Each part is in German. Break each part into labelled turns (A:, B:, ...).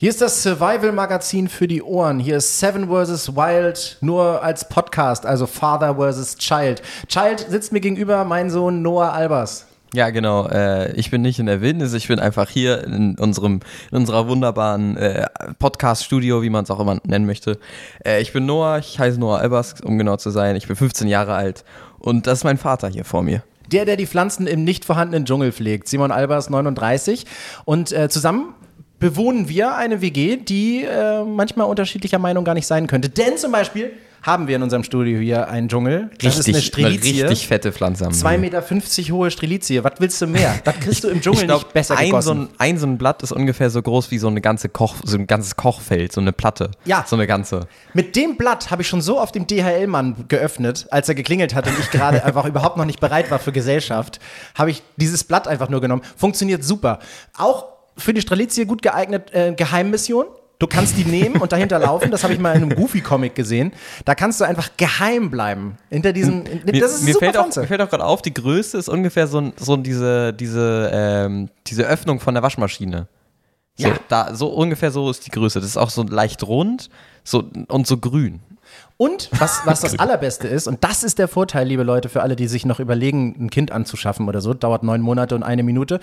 A: Hier ist das Survival-Magazin für die Ohren. Hier ist Seven vs. Wild, nur als Podcast, also Father vs. Child. Child sitzt mir gegenüber, mein Sohn Noah Albers.
B: Ja, genau. Ich bin nicht in der Wildnis, ich bin einfach hier in unserer wunderbaren Podcast-Studio, wie man es auch immer nennen möchte. Ich bin Noah, ich heiße Noah Albers, um genau zu sein. Ich bin 15 Jahre alt und das ist mein Vater hier vor mir.
A: Der die Pflanzen im nicht vorhandenen Dschungel pflegt. Simon Albers, 39. Und zusammen bewohnen wir eine WG, die manchmal unterschiedlicher Meinung gar nicht sein könnte. Denn zum Beispiel haben wir in unserem Studio hier einen Dschungel. Das ist eine Strelizie.
B: Richtig fette Pflanze haben wir.
A: 2,50 Meter hohe Strelizie. Was willst du mehr? Das kriegst du im Dschungel nicht besser gegossen.
B: Ein so ein Blatt ist ungefähr so groß wie so ein ganzes Kochfeld, so eine Platte.
A: Ja.
B: So eine ganze.
A: Mit dem Blatt habe ich schon so auf dem DHL-Mann geöffnet, als er geklingelt hat und ich gerade einfach überhaupt noch nicht bereit war für Gesellschaft, habe ich dieses Blatt einfach nur genommen. Funktioniert super. Auch für die Strelizie gut geeignet, Geheimmission. Du kannst die nehmen und dahinter laufen. Das habe ich mal in einem Goofy-Comic gesehen. Da kannst du einfach geheim bleiben. Hinter diesen. Das ist
B: mir
A: super
B: fällt auch gerade auf, die Größe ist ungefähr so diese Öffnung von der Waschmaschine. So,
A: ja.
B: So ungefähr so ist die Größe. Das ist auch so leicht rund und so grün.
A: Und was das Allerbeste ist, und das ist der Vorteil, liebe Leute, für alle, die sich noch überlegen, ein Kind anzuschaffen oder so, dauert 9 Monate und 1 Minute.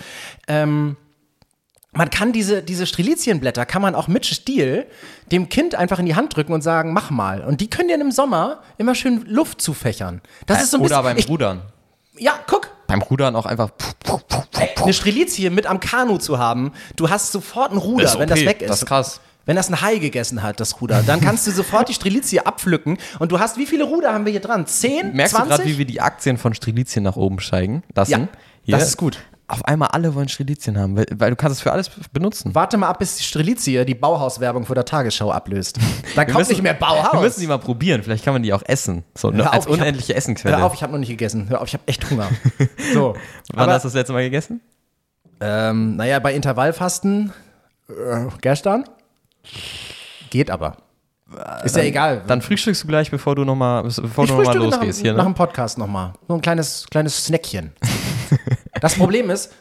A: Man kann diese Strelizienblätter kann man auch mit Stiel dem Kind einfach in die Hand drücken und sagen, mach mal. Und die können dir im Sommer immer schön Luft zufächern. Das ist so ein
B: oder
A: bisschen,
B: beim Rudern.
A: Ja, guck.
B: Beim Rudern auch einfach
A: Eine Strelizie mit am Kanu zu haben, du hast sofort ein Ruder,
B: ist okay,
A: wenn das weg ist.
B: Das ist krass.
A: Wenn das ein Hai gegessen hat, das Ruder, dann kannst du sofort die Strelizie abpflücken und du hast, wie viele Ruder haben wir hier dran? 10,
B: Merkst
A: 20?
B: du gerade, wie wir die Aktien von Strelizien nach oben steigen lassen?
A: Ja,
B: hier.
A: das ist gut.
B: Auf einmal alle wollen Strelizien haben, weil du kannst es für alles benutzen.
A: Warte mal ab, bis die Strelizie die Bauhauswerbung vor der Tagesschau ablöst. Dann kommt nicht mehr Bauhaus.
B: Wir müssen die mal probieren, vielleicht kann man die auch essen. So, als unendliche Essenquelle.
A: Hör auf, ich habe noch nicht gegessen. Hör auf, ich habe echt Hunger. So.
B: Wann hast du das letzte Mal gegessen?
A: Naja, bei Intervallfasten gestern. Geht aber. Ist ja egal.
B: Dann frühstückst du gleich, bevor du nochmal losgehst. Hier, ne?
A: Nach dem Podcast nochmal. So ein kleines Snackchen. Das Problem ist,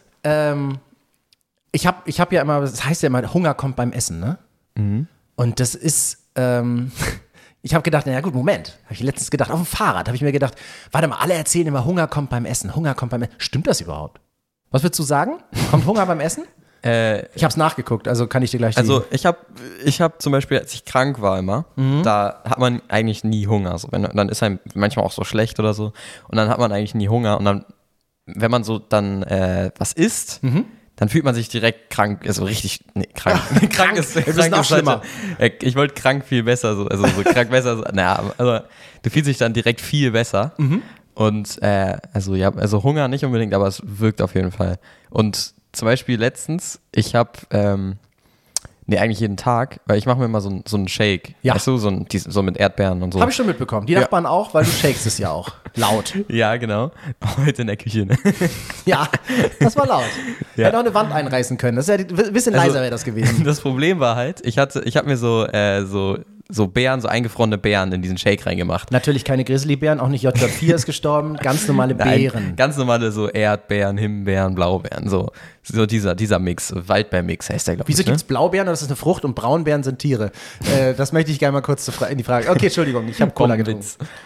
A: ich hab ja immer, das heißt ja immer, Hunger kommt beim Essen, ne? Mhm. Und das ist, ich habe gedacht, naja gut, Moment. Habe ich letztens gedacht, auf dem Fahrrad habe ich mir gedacht, warte mal, alle erzählen immer, Hunger kommt beim Essen, Hunger kommt beim Essen. Stimmt das überhaupt? Was würdest du sagen? Kommt Hunger beim Essen? Ich habe es nachgeguckt, also kann ich dir gleich sagen.
B: Also ich hab zum Beispiel, als ich krank war immer, da hat man eigentlich nie Hunger. So, dann ist einem manchmal auch so schlecht oder so. Und dann hat man eigentlich nie Hunger. Und dann, wenn man so dann was isst, dann fühlt man sich direkt krank, also richtig, krank. Krank ist
A: noch schlimmer.
B: Ich wollte krank viel besser, so krank besser. Also du fühlst dich dann direkt viel besser. Und also Hunger nicht unbedingt, aber es wirkt auf jeden Fall. Und zum Beispiel letztens, ich habe, eigentlich jeden Tag, weil ich mache mir immer so einen Shake,
A: ja.
B: Weißt du, so mit Erdbeeren und so.
A: Habe ich schon mitbekommen. Die Nachbarn auch, weil du shakest es ja auch. Laut.
B: Ja, genau. Heute in der Küche, ne?
A: Ja, das war laut.
B: Ja.
A: Hätte auch eine Wand einreißen können. Das ist ja ein bisschen leiser wäre das gewesen.
B: Das Problem war halt, ich habe mir so Beeren, so eingefrorene Beeren in diesen Shake reingemacht.
A: Natürlich keine Grizzlybären, auch nicht JJ4 ist gestorben, ganz normale Beeren.
B: Nein, ganz normale so Erdbeeren, Himbeeren, Blaubeeren, so dieser Mix, Waldbeer-Mix heißt der, glaube ich.
A: Wieso gibt's Blaubeeren, das ist eine Frucht und Braunbeeren sind Tiere? Das möchte ich gerne mal kurz in die Frage. Okay, Entschuldigung, ich habe Cola getrunken.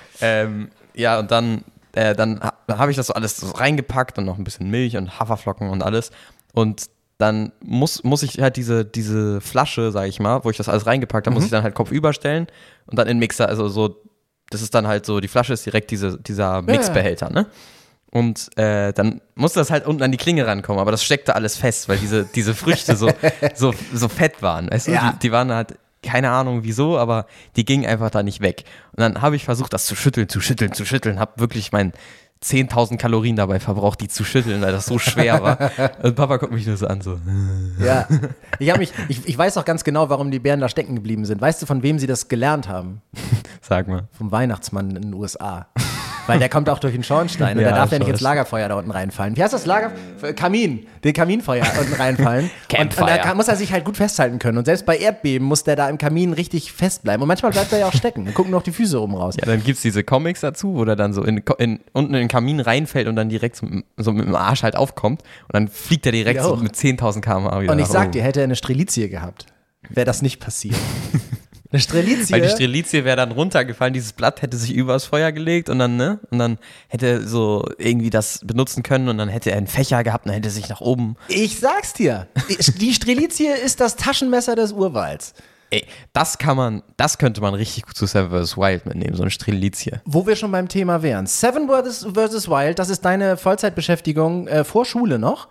B: Ja, und dann habe ich das so alles so reingepackt und noch ein bisschen Milch und Haferflocken und alles. Und dann muss ich halt diese Flasche, sag ich mal, wo ich das alles reingepackt habe, muss ich dann halt kopfüber stellen und dann in den Mixer, also so, das ist dann halt so, die Flasche ist direkt dieser Mixbehälter, ne? Und dann musste das halt unten an die Klinge rankommen, aber das steckte alles fest, weil diese Früchte so fett waren, weißt du?
A: Ja.
B: Die waren halt, keine Ahnung wieso, aber die gingen einfach da nicht weg. Und dann habe ich versucht, das zu schütteln, habe wirklich 10.000 Kalorien dabei verbraucht, die zu schütteln, weil das so schwer war. Und Papa guckt mich nur so an, so.
A: Ja, ich weiß auch ganz genau, warum die Bären da stecken geblieben sind. Weißt du, von wem sie das gelernt haben?
B: Sag mal.
A: Vom Weihnachtsmann in den USA. Weil der kommt auch durch den Schornstein und
B: Ja,
A: da darf der nicht ins Lagerfeuer da unten reinfallen. Wie heißt das den Kaminfeuer unten reinfallen. und da muss er sich halt gut festhalten können. Und selbst bei Erdbeben muss der da im Kamin richtig fest bleiben. Und manchmal bleibt er ja auch stecken. Dann gucken noch die Füße oben raus.
B: Ja, dann gibt's diese Comics dazu, wo der dann so unten in den Kamin reinfällt und dann direkt so mit dem Arsch halt aufkommt. Und dann fliegt er direkt so mit 10.000 km/h wieder.
A: Und ich sag dir, hätte er eine Strelizie gehabt, wäre das nicht passiert. Eine Strelizie.
B: Weil die Strelizie wäre dann runtergefallen, dieses Blatt hätte sich übers Feuer gelegt und dann hätte er so irgendwie das benutzen können und dann hätte er einen Fächer gehabt und dann hätte er sich nach oben.
A: Ich sag's dir, die Strelizie ist das Taschenmesser des Urwalds.
B: Ey, das könnte man richtig gut zu Seven vs. Wild mitnehmen, so eine Strelizie.
A: Wo wir schon beim Thema wären. Seven vs. Wild, das ist deine Vollzeitbeschäftigung vor Schule noch.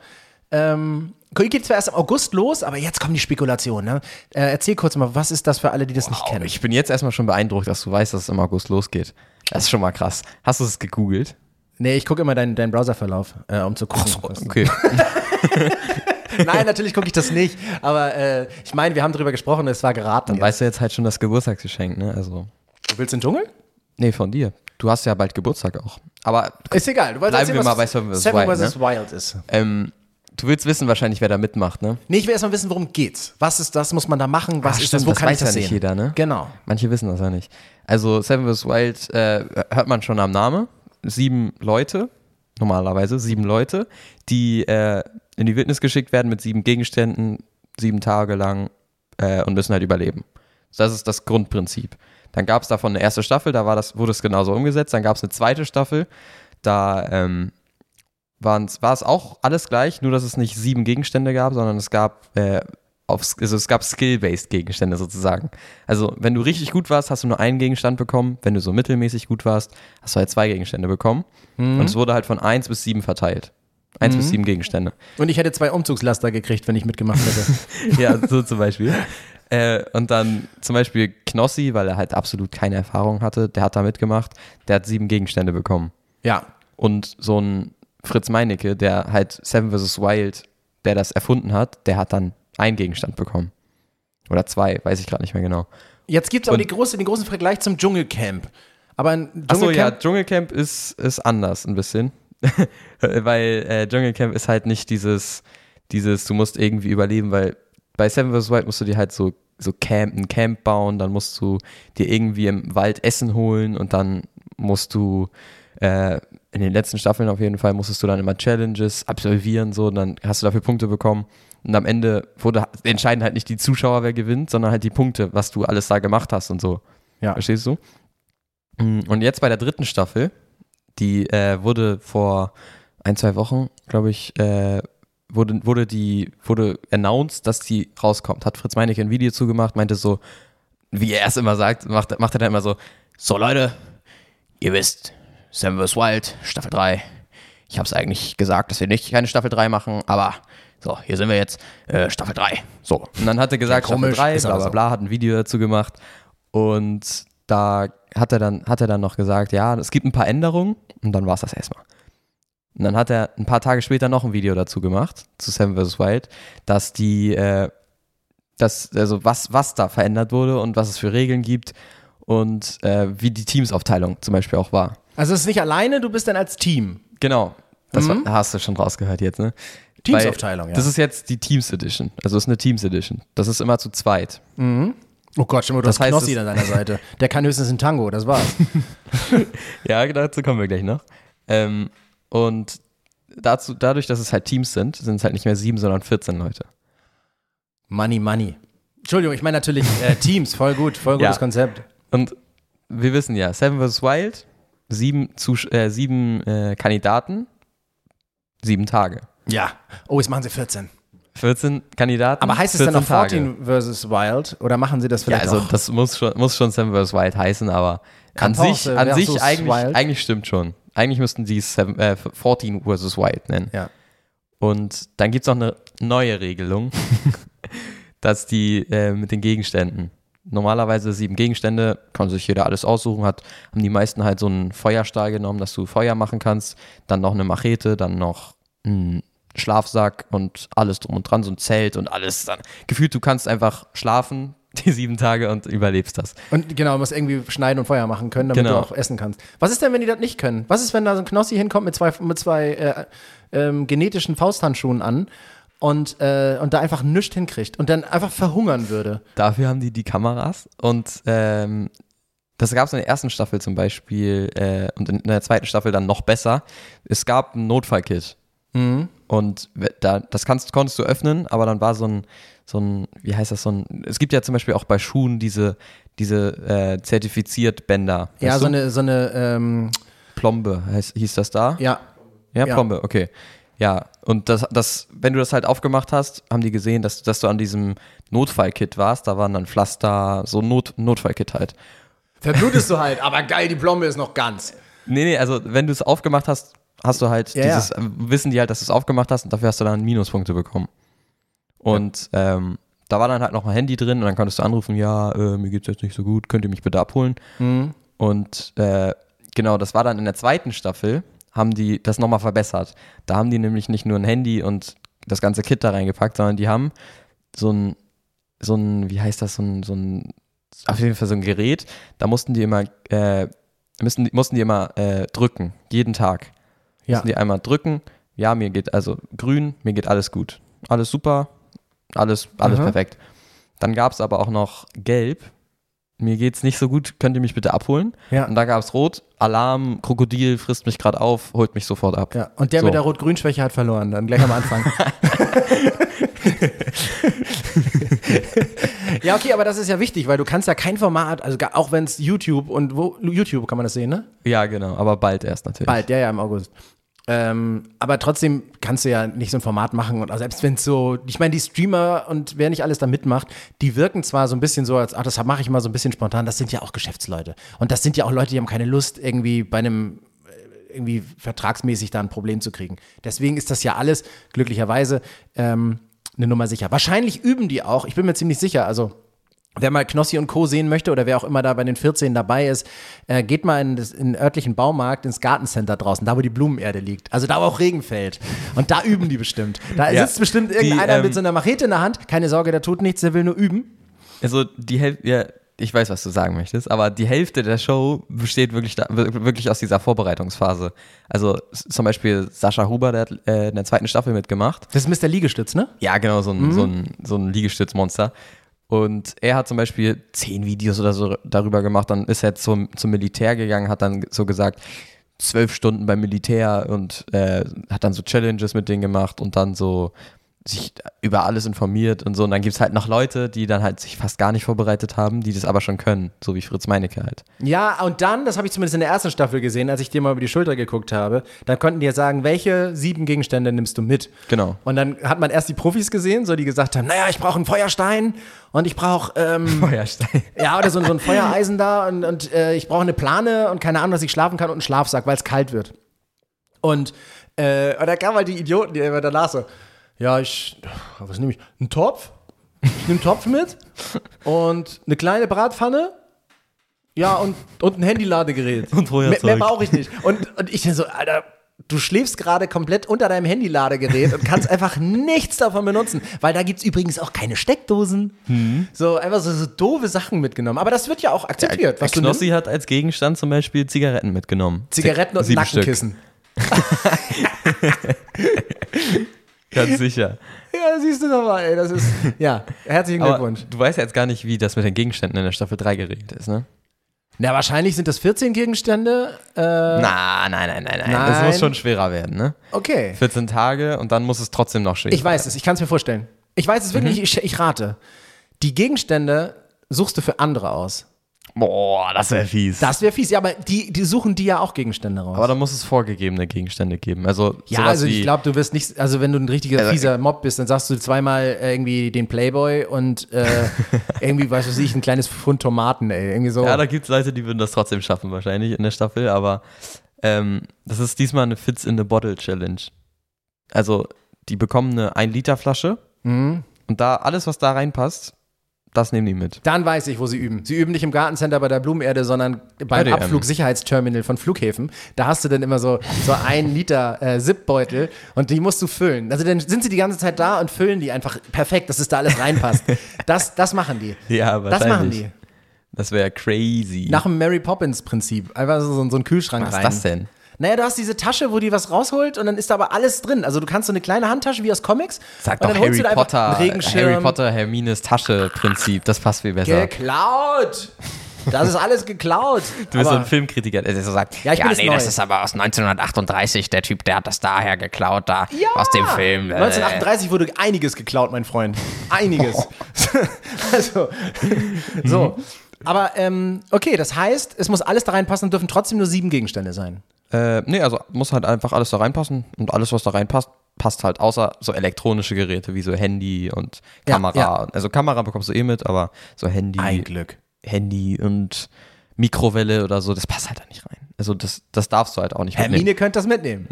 A: Geht zwar erst im August los, aber jetzt kommen die Spekulationen. Ne? Erzähl kurz mal, was ist das für alle, die das nicht kennen?
B: Ich bin jetzt erstmal schon beeindruckt, dass du weißt, dass es im August losgeht. Das ist schon mal krass. Hast du es gegoogelt?
A: Nee, ich gucke immer deinen Browserverlauf, um zu gucken.
B: Ach so, okay.
A: Nein, natürlich gucke ich das nicht. Aber ich meine, wir haben darüber gesprochen, es war geraten.
B: Dann weißt du jetzt halt schon das Geburtstagsgeschenk, ne? Also.
A: Du willst den Dschungel?
B: Nee, von dir. Du hast ja bald Geburtstag auch. Aber
A: ist egal. Du wolltest
B: bleiben wir mal bei Seven vs.
A: Wild ist.
B: Du willst wissen wahrscheinlich, wer da mitmacht, ne?
A: Nee, ich will erstmal wissen, worum geht's. Was ist das? Muss man da machen? Was ist
B: stimmt,
A: das? Wo
B: das
A: kann
B: weiß
A: ich das
B: ja
A: sehen?
B: nicht jeder, ne?
A: Genau.
B: Manche wissen das ja nicht. Also Seven vs. Wild hört man schon am Namen. 7 Leute, normalerweise 7 Leute, die in die Wildnis geschickt werden mit 7 Gegenständen, 7 Tage lang und müssen halt überleben. Das ist das Grundprinzip. Dann gab es davon eine erste Staffel, da wurde es genauso umgesetzt. Dann gab es eine zweite Staffel, da war es auch alles gleich, nur dass es nicht 7 Gegenstände gab, sondern es gab Skill-based Gegenstände sozusagen. Also wenn du richtig gut warst, hast du nur einen Gegenstand bekommen. Wenn du so mittelmäßig gut warst, hast du halt 2 Gegenstände bekommen. Und es wurde halt von 1 bis 7 verteilt. 1 bis 7 Gegenstände.
A: Und ich hätte 2 Umzugslaster gekriegt, wenn ich mitgemacht hätte.
B: Ja, so zum Beispiel. Und dann zum Beispiel Knossi, weil er halt absolut keine Erfahrung hatte, der hat da mitgemacht, der hat 7 Gegenstände bekommen.
A: Ja.
B: Und so ein Fritz Meinecke, der halt Seven vs. Wild, der das erfunden hat, der hat dann 1 Gegenstand bekommen. Oder 2, weiß ich gerade nicht mehr genau.
A: Jetzt gibt es aber den großen Vergleich zum Dschungelcamp. Aber ein Dschungelcamp,
B: achso, ja, Dschungelcamp ist anders ein bisschen. Weil Dschungelcamp ist halt nicht dieses, du musst irgendwie überleben, weil bei Seven vs. Wild musst du dir halt so ein Camp bauen, dann musst du dir irgendwie im Wald Essen holen und dann musst du in den letzten Staffeln auf jeden Fall musstest du dann immer Challenges absolvieren, so, und dann hast du dafür Punkte bekommen. Und am Ende entscheiden halt nicht die Zuschauer, wer gewinnt, sondern halt die Punkte, was du alles da gemacht hast und so.
A: Ja.
B: Verstehst du? Und jetzt bei der 3. Staffel, die wurde vor 1-2 Wochen, glaube ich, wurde announced, dass die rauskommt. Hat Fritz Meinecke ein Video zugemacht, meinte so, wie er es immer sagt, macht er dann immer so Leute, ihr wisst, Seven vs. Wild, Staffel 3. Ich habe es eigentlich gesagt, dass wir keine Staffel 3 machen, aber so, hier sind wir jetzt, Staffel 3. So. Und dann hat er gesagt, Staffel 3, bla bla bla, hat ein Video dazu gemacht. Und da hat er dann noch gesagt, ja, es gibt ein paar Änderungen und dann war es das erstmal. Und dann hat er ein paar Tage später noch ein Video dazu gemacht, zu Seven vs. Wild, dass was da verändert wurde und was es für Regeln gibt und wie die Teamsaufteilung zum Beispiel auch war.
A: Also es ist nicht alleine, du bist dann als Team.
B: Genau, das hast du schon rausgehört jetzt, ne?
A: Teamsaufteilung, ja.
B: Das ist jetzt die Teams Edition, also es ist eine Teams Edition. Das ist immer zu zweit.
A: Mhm. Oh Gott, schon mal, du hast Knossi an deiner Seite. Der kann höchstens ein Tango, das war's.
B: Ja, dazu kommen wir gleich noch. Und dadurch, dass es halt Teams sind es halt nicht mehr 7, sondern 14 Leute.
A: Money. Entschuldigung, ich meine natürlich Teams, voll gutes Konzept.
B: Und wir wissen ja, Seven vs. Wild, 7 Kandidaten, 7 Tage.
A: Ja. Oh, jetzt machen sie 14.
B: 14 Kandidaten.
A: Aber heißt es dann noch 14 vs. Wild oder machen sie das vielleicht
B: auch? Ja, also das muss schon Seven vs. Wild heißen, aber an sich eigentlich stimmt schon. Eigentlich müssten sie es 14 vs. Wild nennen.
A: Ja.
B: Und dann gibt es noch eine neue Regelung, dass die mit den Gegenständen, normalerweise 7 Gegenstände, kann sich jeder alles aussuchen, haben die meisten halt so einen Feuerstahl genommen, dass du Feuer machen kannst, dann noch eine Machete, dann noch ein Schlafsack und alles drum und dran, so ein Zelt und alles. Dann gefühlt, du kannst einfach schlafen die 7 Tage und überlebst das.
A: Und genau, du musst irgendwie schneiden und Feuer machen können, damit du auch essen kannst. Was ist denn, wenn die das nicht können? Was ist, wenn da so ein Knossi hinkommt mit zwei genetischen Fausthandschuhen an und da einfach nichts hinkriegt und dann einfach verhungern würde?
B: Dafür haben die Kameras und das gab es in der ersten Staffel zum Beispiel und in der zweiten Staffel dann noch besser. Es gab ein Notfallkit. Mhm. Und das konntest du öffnen, aber dann war so wie heißt das, es gibt ja zum Beispiel auch bei Schuhen diese zertifiziert Bänder.
A: Ja, so eine
B: Plombe hieß das da?
A: Ja.
B: Ja, Plombe, okay. Ja, und wenn du das halt aufgemacht hast, haben die gesehen, dass du an diesem Notfallkit warst, da waren dann Pflaster, so ein Notfallkit halt.
A: Verblutest du halt, aber geil, die Plombe ist noch ganz.
B: Nee, also wenn du es aufgemacht hast, hast du halt wissen die halt, dass du es aufgemacht hast und dafür hast du dann Minuspunkte bekommen. Und da war dann halt noch ein Handy drin und dann konntest du anrufen, mir geht's jetzt nicht so gut, könnt ihr mich bitte abholen? Mhm. Und genau, das war dann in der zweiten Staffel, haben die das nochmal verbessert. Da haben die nämlich nicht nur ein Handy und das ganze Kit da reingepackt, sondern die haben so ein wie heißt das, auf jeden Fall so ein Gerät, da mussten die immer drücken, jeden Tag.
A: Ja.
B: Mussten die einmal drücken, mir geht also grün, mir geht alles gut. Alles super, alles perfekt. Dann gab es aber auch noch gelb, mir geht's nicht so gut, könnt ihr mich bitte abholen?
A: Ja.
B: Und da gab es rot, Alarm, Krokodil frisst mich gerade auf, holt mich sofort ab.
A: Ja. Und der mit der Rot-Grün-Schwäche hat verloren, dann gleich am Anfang. Ja, okay, aber das ist ja wichtig, weil du kannst ja kein Format, also auch wenn es YouTube YouTube kann man das sehen, ne?
B: Ja, genau, aber bald erst natürlich.
A: Bald, ja, im August. Aber trotzdem kannst du ja nicht so ein Format machen und selbst wenn es so, ich meine, die Streamer und wer nicht alles da mitmacht, die wirken zwar so ein bisschen so, als, das mache ich mal so ein bisschen spontan, das sind ja auch Geschäftsleute und das sind ja auch Leute, die haben keine Lust, irgendwie bei einem irgendwie vertragsmäßig da ein Problem zu kriegen. Deswegen ist das ja alles glücklicherweise eine Nummer sicher. Wahrscheinlich üben die auch, ich bin mir ziemlich sicher, also wer mal Knossi und Co. sehen möchte oder wer auch immer da bei den 14 dabei ist, geht mal in den örtlichen Baumarkt, ins Gartencenter draußen, da wo die Blumenerde liegt. Also da wo auch Regen fällt. Und da üben die bestimmt. Da sitzt bestimmt irgendeiner mit so einer Machete in der Hand. Keine Sorge, der tut nichts, der will nur üben.
B: Also ich weiß, was du sagen möchtest, aber die Hälfte der Show besteht wirklich aus dieser Vorbereitungsphase. Also zum Beispiel Sascha Huber, der hat in der zweiten Staffel mitgemacht.
A: Das ist Mr. Liegestütz, ne?
B: Ja, genau, so ein Liegestützmonster. Und er hat zum Beispiel 10 Videos oder so darüber gemacht, dann ist er zum Militär gegangen, hat dann so gesagt, 12 Stunden beim Militär und hat dann so Challenges mit denen gemacht und dann so sich über alles informiert und so. Und dann gibt es halt noch Leute, die dann halt sich fast gar nicht vorbereitet haben, die das aber schon können, so wie Fritz Meinecke halt. Ja,
A: und dann, das habe ich zumindest in der ersten Staffel gesehen, als ich dir mal über die Schulter geguckt habe, dann konnten die ja sagen, welche 7 Gegenstände nimmst du mit?
B: Genau.
A: Und dann hat man erst die Profis gesehen, so die gesagt haben, naja, ich brauche einen Feuerstein und ich brauche
B: Feuerstein.
A: Ja, oder so ein Feuereisen da und ich brauche eine Plane und keine Ahnung, dass ich schlafen kann und einen Schlafsack, weil es kalt wird. Und da kamen halt die Idioten, die immer danach so, ja, was nehme ich? Einen Topf? Ich nehme einen Topf mit und eine kleine Bratpfanne. Ja, und ein Handyladegerät.
B: Und Feuerzeug.
A: Mehr brauche ich nicht. Und ich so, Alter, du schläfst gerade komplett unter deinem Handyladegerät und kannst einfach nichts davon benutzen. Weil da gibt es übrigens auch keine Steckdosen. So, einfach so doofe Sachen mitgenommen. Aber das wird ja auch akzeptiert.
B: Was Knossi hat als Gegenstand zum Beispiel Zigaretten mitgenommen.
A: Zigaretten und Nackenkissen.
B: Ganz sicher.
A: Ja, siehst du doch mal, ey, das ist, ja, herzlichen Glückwunsch.
B: Aber du weißt ja jetzt gar nicht, wie das mit den Gegenständen in der Staffel 3 geregelt ist, ne?
A: Na, wahrscheinlich sind das 14 Gegenstände.
B: Nein. Das muss schon schwerer werden, ne?
A: Okay.
B: 14 Tage und dann muss es trotzdem noch schwerer.
A: Ich weiß es, ich kann es mir vorstellen. Ich weiß es wirklich, ich rate. Die Gegenstände suchst du für andere aus.
B: Boah, das wäre fies.
A: Das wäre fies, ja, aber die suchen die ja auch Gegenstände raus.
B: Aber da muss es vorgegebene Gegenstände geben. Also
A: ja, also ich glaube, du wirst nicht, also wenn du ein richtiger fieser Mob bist, dann sagst du zweimal irgendwie den Playboy und irgendwie, weißt du, ein kleines Pfund Tomaten, ey, irgendwie so.
B: Ja, da gibt es Leute, die würden das trotzdem schaffen wahrscheinlich in der Staffel, aber das ist diesmal eine Fits in the Bottle Challenge. Also die bekommen eine 1-Liter-Flasche und da alles, was da reinpasst, das nehmen die mit.
A: Dann weiß ich, wo sie üben. Sie üben nicht im Gartencenter bei der Blumenerde, sondern beim Abflugsicherheitsterminal von Flughäfen. Da hast du dann immer so 1 Liter Zip-Beutel und die musst du füllen. Also dann sind sie die ganze Zeit da und füllen die einfach perfekt, dass es da alles reinpasst. Das machen die.
B: Ja, wahrscheinlich.
A: Das machen die.
B: Das wäre crazy.
A: Nach dem Mary Poppins-Prinzip. Einfach so einen Kühlschrank rein.
B: Was ist das denn?
A: Naja, du hast diese Tasche, wo die was rausholt und dann ist da aber alles drin. Also du kannst so eine kleine Handtasche wie aus Comics.
B: Sag doch Harry Potter, Hermines Tasche-Prinzip. Das passt viel besser.
A: Geklaut! Das ist alles geklaut.
B: Du bist so ein Filmkritiker, der so sagt,
A: Ja, ich bin das neu.
B: das ist aber aus 1938, der Typ, der hat das daher geklaut, aus dem Film.
A: 1938 wurde einiges geklaut, mein Freund. Einiges. Also, so. Aber, okay, das heißt, es muss alles da reinpassen und dürfen trotzdem nur 7 Gegenstände sein.
B: Nee, also muss halt einfach alles da reinpassen und alles, was da reinpasst, passt halt, außer so elektronische Geräte wie so Handy und Kamera.
A: Ja.
B: Also Kamera bekommst du mit, aber so
A: Ein Glück.
B: Handy und Mikrowelle oder so, das passt halt da nicht rein. Also das darfst du halt auch nicht mitnehmen.
A: Hermine könnte das mitnehmen.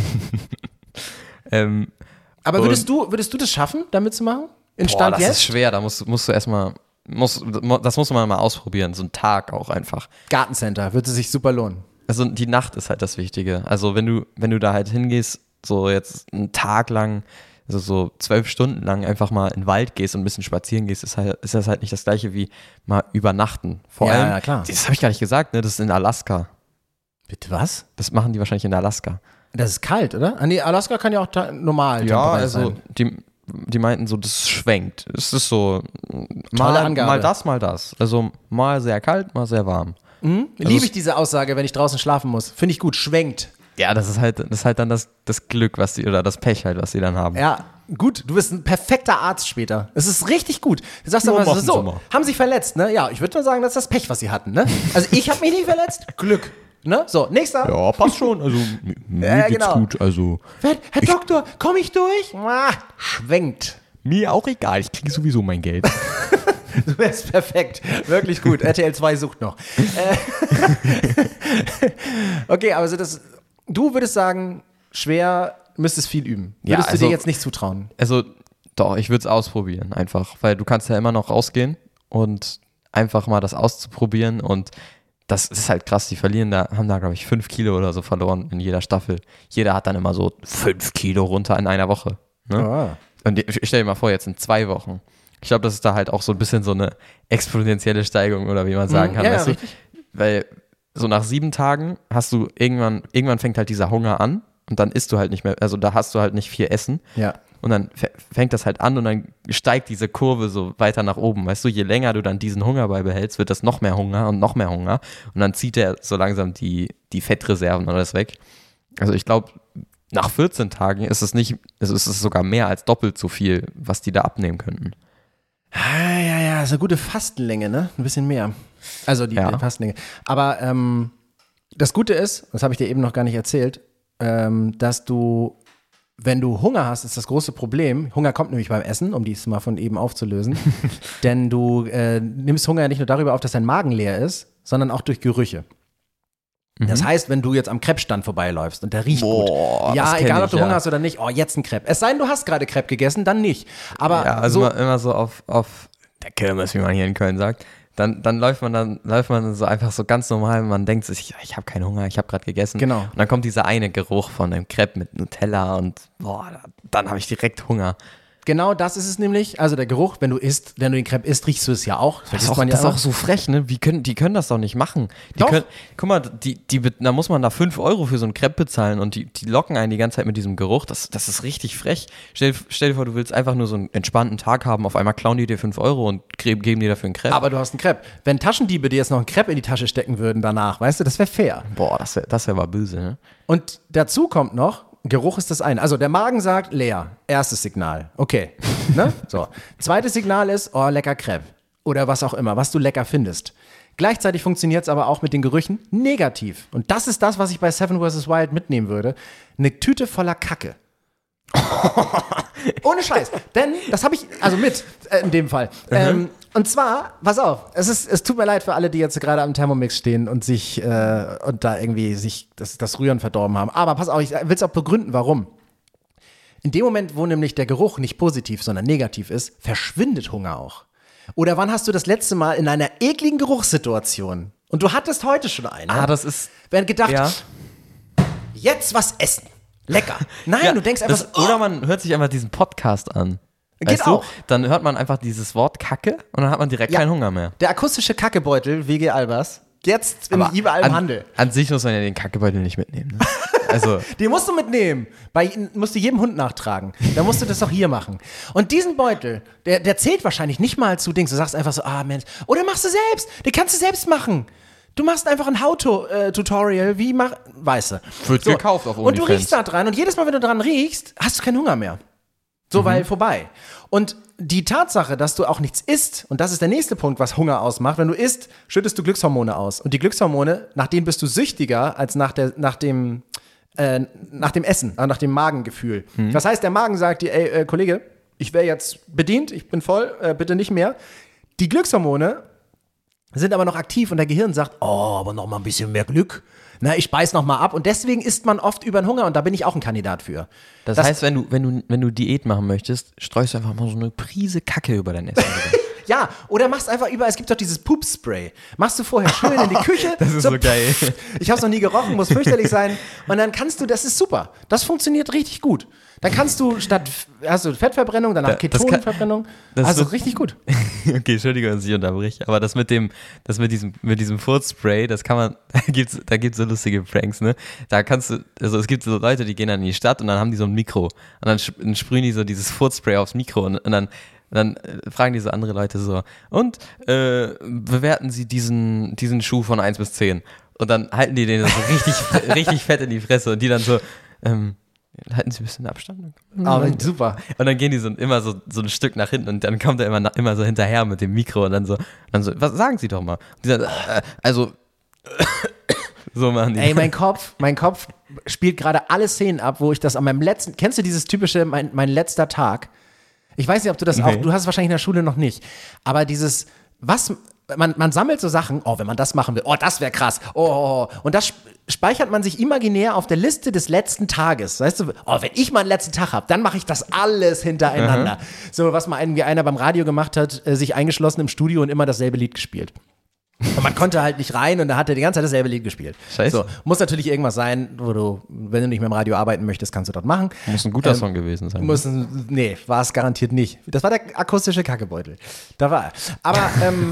A: Aber würdest du das schaffen, damit zu machen? In Stand
B: das
A: jetzt?
B: ist schwer, da musst du erstmal, das muss man mal ausprobieren, so einen Tag auch einfach.
A: Gartencenter, würde sich super lohnen.
B: Also die Nacht ist halt das Wichtige. Also wenn du da halt hingehst, so jetzt einen Tag lang, also so 12 Stunden lang einfach mal in den Wald gehst und ein bisschen spazieren gehst, ist das halt nicht das Gleiche wie mal übernachten. Vor allem,
A: ja, klar.
B: Das habe ich gar nicht gesagt, ne? Das ist in Alaska.
A: Bitte was?
B: Das machen die wahrscheinlich in Alaska.
A: Das ist kalt, oder? Nee, Alaska kann ja auch normal sein.
B: Die meinten so, das schwenkt. Es ist so
A: Tolle Angabe.
B: mal das. Also mal sehr kalt, mal sehr warm.
A: Liebe ich diese Aussage, wenn ich draußen schlafen muss. Finde ich gut, schwenkt.
B: Ja, das ist halt dann das Glück, oder das Pech halt, was die dann haben.
A: Ja, gut, du bist ein perfekter Arzt später. Es ist richtig gut. Du sagst
B: Ja,
A: aber
B: machen Sie
A: so,
B: mal.
A: haben sich verletzt, ne? Ja, ich würde mal sagen, das ist das Pech, was sie hatten, ne? Also ich habe mich nicht verletzt, Glück, ne? So, nächster.
B: Ja, passt schon. Also mir
A: Ja,
B: geht's
A: genau.
B: gut. Also
A: Herr Doktor, komme ich durch? Schwenkt.
B: mir auch egal. Ich kriege sowieso mein Geld.
A: Du wärst perfekt. Wirklich gut. RTL 2 sucht noch. Okay, also du würdest sagen, schwer, müsstest viel üben.
B: Ja,
A: Würdest du
B: also-
A: dir jetzt nicht zutrauen?
B: Also doch, ich würde es ausprobieren einfach, weil du kannst ja immer noch rausgehen und einfach mal das auszuprobieren und das ist halt krass, die haben da glaube ich 5 Kilo oder so verloren in jeder Staffel. Jeder hat dann immer so 5 Kilo runter in einer Woche. Ne?
A: Ah.
B: Und stell dir mal vor, jetzt in 2 Wochen. Ich glaube, das ist da halt auch so ein bisschen so eine exponentielle Steigung oder wie man sagen kann.
A: Ja,
B: weißt du?
A: richtig.
B: Weil so nach 7 Tagen hast du irgendwann fängt halt dieser Hunger an und dann isst du halt nicht mehr, also da hast du halt nicht viel Essen.
A: Ja.
B: Und dann fängt das halt an und dann steigt diese Kurve so weiter nach oben. Weißt du, je länger du dann diesen Hunger beibehältst, wird das noch mehr Hunger und noch mehr Hunger. Und dann zieht er so langsam die Fettreserven und alles weg. Also ich glaube, nach 14 Tagen ist es sogar mehr als doppelt so viel, was die da abnehmen könnten.
A: Ja, ist eine gute Fastenlänge, ne? Ein bisschen mehr. Also die Fastenlänge. Aber das Gute ist, das habe ich dir eben noch gar nicht erzählt, dass du, wenn du Hunger hast, ist das große Problem. Hunger kommt nämlich beim Essen, um dies mal von eben aufzulösen. Denn du nimmst Hunger ja nicht nur darüber auf, dass dein Magen leer ist, sondern auch durch Gerüche. Das heißt, wenn du jetzt am Crepe-Stand vorbeiläufst und der riecht gut. Ja,
B: das kenn
A: egal ob
B: ich,
A: du
B: ja.
A: Hunger hast oder nicht, oh, jetzt ein Crepe. Es sei denn, du hast gerade Crepe gegessen, dann nicht. Aber
B: Ja, also immer so auf der Kirmes, wie man hier in Köln sagt. Dann läuft man so einfach so ganz normal, man denkt sich, ich habe keinen Hunger, ich habe gerade gegessen.
A: Genau.
B: Und dann kommt dieser eine Geruch von einem Crepe mit Nutella und dann habe ich direkt Hunger.
A: genau das ist es nämlich. Also der Geruch, wenn du den Crepe isst, riechst du es ja auch.
B: Das ist auch so frech, ne? Die können das doch nicht machen. Guck mal, da muss man da 5 Euro für so einen Crepe bezahlen und die locken einen die ganze Zeit mit diesem Geruch. Das ist richtig frech. Stell dir vor, du willst einfach nur so einen entspannten Tag haben, auf einmal klauen die dir 5 Euro und geben dir dafür einen Crepe.
A: Aber du hast einen Crepe. Wenn Taschendiebe dir jetzt noch einen Crepe in die Tasche stecken würden danach, weißt du, das wäre fair.
B: Boah, das wär aber böse, ne?
A: Und dazu kommt noch, Geruch ist das eine. Also der Magen sagt leer. Erstes Signal. Okay. Ne? So. Zweites Signal ist, oh, lecker Crepe. Oder was auch immer, was du lecker findest. Gleichzeitig funktioniert es aber auch mit den Gerüchen negativ. Und das ist das, was ich bei Seven vs. Wild mitnehmen würde. Eine Tüte voller Kacke. Ohne Scheiß. Denn, das habe ich, also in dem Fall. Und zwar, pass auf, es tut mir leid für alle, die jetzt gerade am Thermomix stehen und sich, und da irgendwie sich das Rühren verdorben haben. Aber pass auf, ich will es auch begründen, warum. In dem Moment, wo nämlich der Geruch nicht positiv, sondern negativ ist, verschwindet Hunger auch. Oder wann hast du das letzte Mal in einer ekligen Geruchssituation, und du hattest heute schon eine,
B: Das ist.
A: wenn gedacht,
B: Ja.
A: jetzt was essen. Lecker. Nein,
B: Ja,
A: du denkst einfach so,
B: oder man hört sich einfach diesen Podcast an.
A: Geht
B: Weißt du?
A: auch.
B: Dann hört man einfach dieses Wort Kacke und dann hat man direkt
A: Ja.
B: keinen Hunger mehr.
A: der akustische Kackebeutel WG Albers, jetzt überall im Handel.
B: An sich muss man ja den Kackebeutel nicht mitnehmen. Ne? Also.
A: Die musst du mitnehmen. Musst du jedem Hund nachtragen. Dann musst du das auch hier machen. Und diesen Beutel, der zählt wahrscheinlich nicht mal zu Dings. Du sagst einfach so, Mensch. Oder machst du selbst. Den kannst du selbst machen. Du machst einfach ein How-to-Tutorial, weißt du.
B: Wird gekauft auf OnlyFans.
A: Und du riechst da dran und jedes Mal, wenn du dran riechst, hast du keinen Hunger mehr. So, weil vorbei. Und die Tatsache, dass du auch nichts isst, und das ist der nächste Punkt, was Hunger ausmacht, wenn du isst, schüttest du Glückshormone aus. Und die Glückshormone, nach denen bist du süchtiger als nach dem Essen, nach dem Magengefühl. Das heißt, der Magen sagt dir, ey, Kollege, ich wäre jetzt bedient, ich bin voll, bitte nicht mehr. Die Glückshormone sind aber noch aktiv und der Gehirn sagt, aber noch mal ein bisschen mehr Glück. Na, ich beiß noch mal ab und deswegen isst man oft über den Hunger und da bin ich auch ein Kandidat für.
B: Das heißt, wenn du Diät machen möchtest, streust du einfach mal so eine Prise Kacke über dein Essen.
A: Ja, oder machst einfach es gibt doch dieses Poop-Spray. Machst du vorher schön in die Küche.
B: Das ist so geil.
A: Ich hab's noch nie gerochen, muss fürchterlich sein. Und dann das ist super. Das funktioniert richtig gut. Dann kannst du hast du Fettverbrennung, danach Ketonenverbrennung. Also richtig gut.
B: Okay, Entschuldigung, dass ich unterbreche. Aber das mit diesem Furzspray, das kann man, da gibt's so lustige Pranks, ne? Da kannst du, also es gibt so Leute, die gehen dann in die Stadt und dann haben die so ein Mikro. Und dann sprühen die so dieses Furzspray aufs Mikro und dann fragen die so andere Leute so, und bewerten Sie diesen Schuh von 1 bis 10? Und dann halten die den so richtig fett in die Fresse und die dann so, halten Sie ein bisschen Abstand.
A: Super.
B: Und dann gehen die immer so ein Stück nach hinten und dann kommt er immer so hinterher mit dem Mikro und dann so, was sagen Sie doch mal? Und die sagen, so machen die.
A: Ey, mein Kopf spielt gerade alle Szenen ab, wo ich das an meinem letzten, kennst du dieses typische, mein letzter Tag? Ich weiß nicht, ob du das auch, du hast es wahrscheinlich in der Schule noch nicht, aber dieses, man sammelt so Sachen, wenn man das machen will, das wäre krass, und das speichert man sich imaginär auf der Liste des letzten Tages, weißt du, wenn ich mal einen letzten Tag habe, dann mache ich das alles hintereinander. So, was mal irgendwie einer beim Radio gemacht hat, sich eingeschlossen im Studio und immer dasselbe Lied gespielt. Und man konnte halt nicht rein und da hat er die ganze Zeit dasselbe Lied gespielt.
B: Scheiße.
A: So, muss natürlich irgendwas sein, wenn du nicht mehr im Radio arbeiten möchtest, kannst du dort machen.
B: Muss ein guter Song gewesen sein.
A: Nee, war es garantiert nicht. Das war der akustische Kackebeutel. Da war er. Aber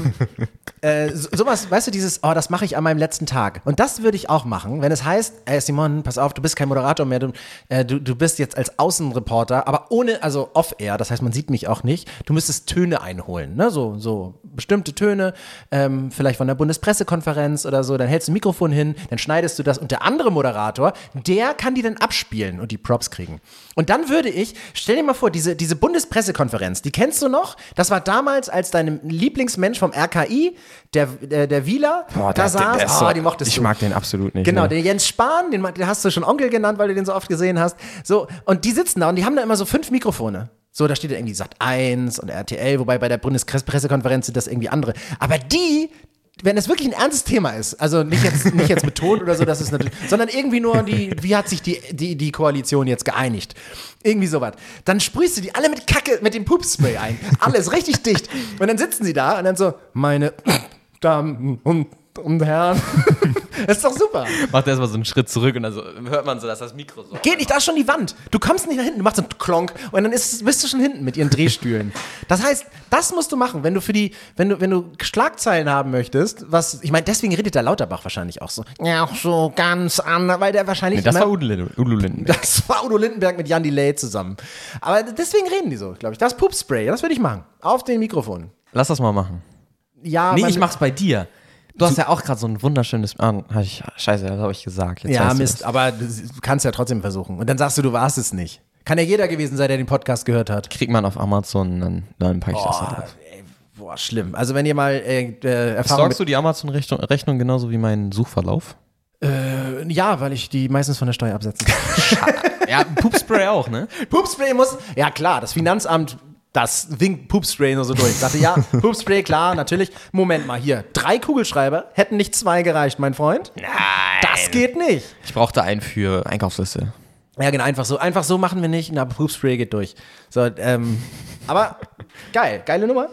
A: sowas, weißt du, dieses, das mache ich an meinem letzten Tag. Und das würde ich auch machen, wenn es heißt, Simon, pass auf, du bist kein Moderator mehr, du bist jetzt als Außenreporter, aber also off-air, das heißt, man sieht mich auch nicht. Du müsstest Töne einholen, ne? So bestimmte Töne, vielleicht von der Bundespressekonferenz oder so, dann hältst du ein Mikrofon hin, dann schneidest du das und der andere Moderator, der kann die dann abspielen und die Props kriegen. Und dann stell dir mal vor, diese Bundespressekonferenz, die kennst du noch? Das war damals, als dein Lieblingsmensch vom RKI, der Wieler, da saß, die mochtest du.
B: Ich mag den absolut nicht.
A: Genau,
B: ne?
A: den Jens Spahn, den hast du schon Onkel genannt, weil du den so oft gesehen hast. So, und die sitzen da und die haben da immer so 5 Mikrofone. So, da steht ja irgendwie Sat.1 und RTL, wobei bei der Bundespressekonferenz sind das irgendwie andere. Aber wenn es wirklich ein ernstes Thema ist, also nicht jetzt mit Ton oder so, das ist natürlich, sondern irgendwie nur wie hat sich die Koalition jetzt geeinigt? Irgendwie sowas. Dann sprühst du die alle mit Kacke, mit dem Poop-Spray ein. Alles richtig dicht. Und dann sitzen sie da und dann so, meine Damen und Herren. Das ist doch super.
B: Macht erstmal so einen Schritt zurück und dann so, hört man so, dass das Mikro so.
A: Geht nicht, da ist schon die Wand. Du kommst nicht nach hinten, du machst so einen Klonk und dann bist du schon hinten mit ihren Drehstühlen. Das heißt, das musst du machen, wenn du Schlagzeilen haben möchtest, ich meine, deswegen redet der Lauterbach wahrscheinlich auch so. Ja, auch so ganz anders, weil der wahrscheinlich.
B: Nee, das war Udo Lindenberg.
A: Das war Udo Lindenberg mit Jan Delay zusammen. Aber deswegen reden die so, glaube ich. Das Poop-Spray, das würde ich machen. Auf den Mikrofon.
B: Lass das mal machen.
A: Ja,
B: nee, ich mach's bei dir. Du hast ja auch gerade so ein wunderschönes. Scheiße, das habe ich gesagt. Jetzt
A: ja, Mist, aber du kannst ja trotzdem versuchen. Und dann sagst du warst es nicht. Kann ja jeder gewesen sein, der den Podcast gehört hat.
B: Kriegt man auf Amazon, dann packe ich das halt auf.
A: Boah, schlimm. Also wenn ihr mal Erfahrung
B: Sorgst du die Amazon-Rechnung genauso wie meinen Suchverlauf?
A: Ja, weil ich die meistens von der Steuer absetzen kann.
B: Ja, Poopspray auch, ne?
A: Poopspray ja klar, das Finanzamt, das winkt Poopspray nur so durch. Ich sagte, ja, Poopspray, klar, natürlich. Moment mal, hier, 3 Kugelschreiber, hätten nicht 2 gereicht, mein Freund?
B: Nein.
A: Das geht nicht.
B: Ich brauchte einen für Einkaufsliste.
A: Ja, genau, einfach so machen wir nicht. Na, Poopspray geht durch. So, aber geile Nummer.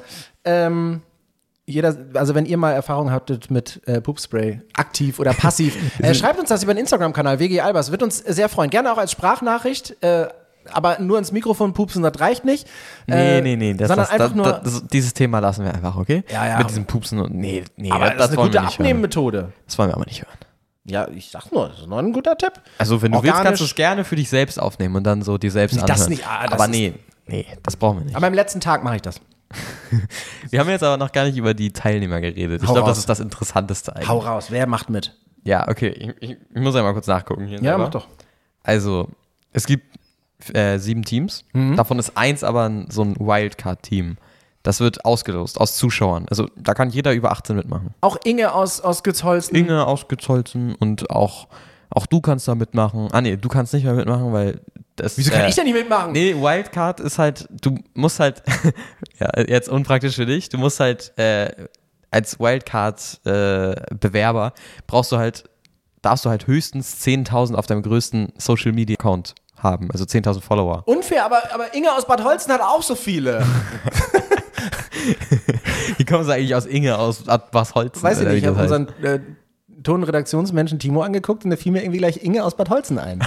A: Also wenn ihr mal Erfahrung hattet mit Poopspray, aktiv oder passiv, schreibt uns das über den Instagram-Kanal WG Albers, wird uns sehr freuen. Gerne auch als Sprachnachricht, aber nur ins Mikrofon pupsen, das reicht nicht.
B: Nee.
A: Sondern
B: dieses Thema lassen wir einfach, okay?
A: Ja.
B: Mit diesem Pupsen und nee.
A: Aber das ist eine gute Abnehmmethode.
B: Das wollen wir aber nicht hören.
A: Ja, ich sag nur, das ist noch ein guter Tipp.
B: Also wenn du willst,
A: Organisch.
B: kannst du es gerne für dich selbst aufnehmen und dann so dir selbst anhören.
A: Das nicht, das
B: aber
A: ist-
B: nee, das brauchen wir nicht.
A: Aber am letzten Tag mache ich das.
B: Wir haben jetzt aber noch gar nicht über die Teilnehmer geredet. Ich
A: Hau
B: glaube, das
A: raus.
B: ist das Interessanteste eigentlich.
A: Hau raus, wer macht mit?
B: Ja, okay, ich muss ja mal kurz nachgucken hier.
A: Ja,
B: selber.
A: mach doch.
B: Also, es gibt 7 Teams. Davon ist eins aber so ein Wildcard-Team. Das wird ausgelost aus Zuschauern. Also da kann jeder über 18 mitmachen.
A: Auch Inge aus Gützholzen.
B: Inge aus Gützholzen und auch du kannst da mitmachen. Ah nee, du kannst nicht mehr mitmachen, weil das...
A: Wieso kann ich denn nicht mitmachen?
B: Nee, Wildcard ist halt, du musst halt, ja, jetzt unpraktisch für dich, du musst halt als Wildcard-Bewerber darfst du halt höchstens 10.000 auf deinem größten Social-Media-Account haben, also 10.000 Follower.
A: Unfair, aber Inge aus Bad Holzen hat auch so viele.
B: Wie kommen sie eigentlich aus Inge, aus Bad Holzen?
A: Weiß ich
B: oder
A: nicht,
B: wie
A: ich habe
B: das heißt?
A: unseren Tonredaktionsmenschen Timo angeguckt und da fiel mir irgendwie gleich Inge aus Bad Holzen ein.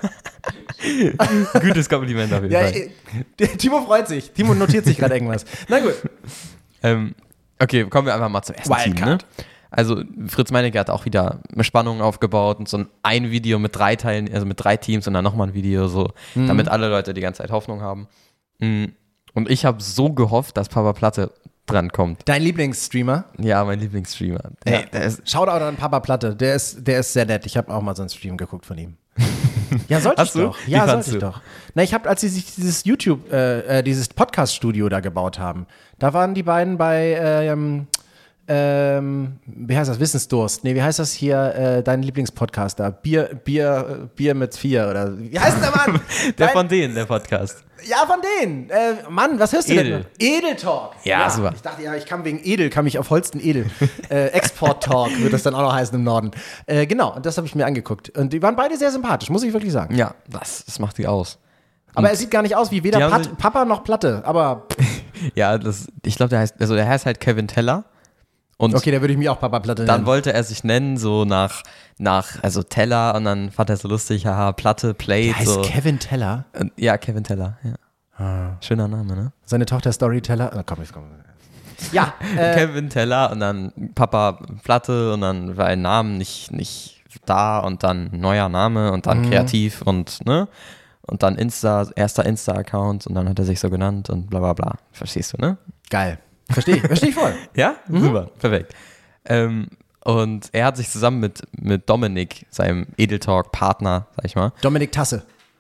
B: Gutes Kompliment auf jeden
A: Ja,
B: Fall.
A: Timo freut sich. Timo notiert sich gerade irgendwas. Na gut.
B: Okay, kommen wir einfach mal zum ersten Team. Ne?
A: Wildcard.
B: Also Fritz Meinecke hat auch wieder eine Spannung aufgebaut und so ein Video mit 3 Teilen, also mit 3 Teams und dann nochmal ein Video, so, damit alle Leute die ganze Zeit Hoffnung haben. Und ich habe so gehofft, dass Papa Platte drankommt.
A: Dein Lieblingsstreamer?
B: Ja, mein Lieblingsstreamer.
A: Ja.
B: Ey, der ist,
A: Shoutout an Papa Platte. Der ist sehr nett. Ich habe auch mal so einen Stream geguckt von ihm. Ja, sollte ich
B: Hast du?
A: doch.
B: Wie
A: Ja,
B: fandst
A: sollte ich
B: du?
A: doch. Na, ich habe, als sie sich dieses dieses Podcast-Studio da gebaut haben, da waren die beiden bei, wie heißt das? Wissensdurst. Nee, wie heißt das hier, dein Lieblingspodcast da? Bier mit 4 oder, wie heißt der Mann?
B: der von denen, der Podcast.
A: Ja, von denen. Mann, was hörst du
B: Edel.
A: denn? Edel-Talk.
B: Ja, super.
A: Ich dachte, ja, ich kam wegen Edel, kam ich auf Holsten Edel. Export-Talk wird das dann auch noch heißen im Norden. Genau, und das habe ich mir angeguckt. Und die waren beide sehr sympathisch, muss ich wirklich sagen.
B: Ja, das macht die aus.
A: Aber er sieht gar nicht aus wie
B: Die
A: weder
B: haben sich-
A: Papa noch Platte. Aber
B: Ja, ich glaube, der heißt halt Kevin Teller. Und
A: okay, da würde ich mich auch Papa Platte
B: dann
A: nennen.
B: wollte er sich nennen, so nach also Teller, und dann fand er so lustig, haha, Platte, Plate.
A: Der heißt
B: so.
A: Kevin Teller.
B: Ja, Kevin Teller, ja. Schöner Name, ne?
A: Seine Tochter Storyteller. Komm. Ja,
B: Kevin Teller und dann Papa Platte und dann war ein Name nicht da und dann neuer Name und dann kreativ und, ne? Und dann erster Insta-Account und dann hat er sich so genannt und bla bla bla. Verstehst du, ne?
A: geil. Verstehe ich voll.
B: Ja? Super, perfekt. Und er hat sich zusammen mit Dominik, seinem Edeltalk-Partner, sag ich mal.
A: Dominik Tasse.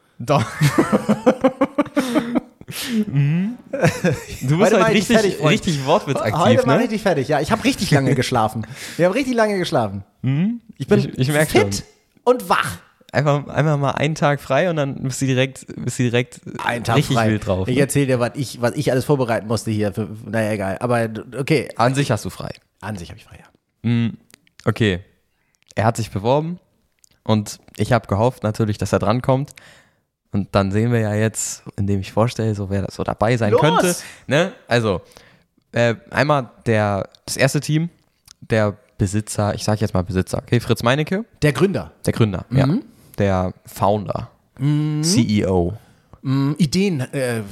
B: Du bist
A: Heute mach
B: halt
A: ich dich fertig, Freund.
B: richtig wortwitzaktiv,
A: Heute mal
B: ne?
A: richtig fertig. Ja, ich habe richtig lange geschlafen. Wir haben richtig lange geschlafen. Ich bin
B: Ich merk
A: fit
B: schon.
A: und wach.
B: Einfach mal einen Tag frei und dann bist du direkt
A: Einen Tag
B: richtig
A: frei.
B: wild drauf.
A: Ich
B: Ne?
A: erzähle dir, was ich alles vorbereiten musste hier. Naja, egal. Aber okay,
B: An sich hast du frei.
A: an sich habe ich frei, ja.
B: Okay. Er hat sich beworben und ich habe gehofft natürlich, dass er drankommt. Und dann sehen wir ja jetzt, indem ich vorstelle, so wer das so dabei sein
A: Los!
B: könnte. Ne? Also, einmal das erste Team, der Besitzer, ich sage jetzt mal Besitzer, okay, Fritz Meinecke,
A: Der Gründer.
B: der Gründer, ja, der Founder, CEO.
A: Ideen,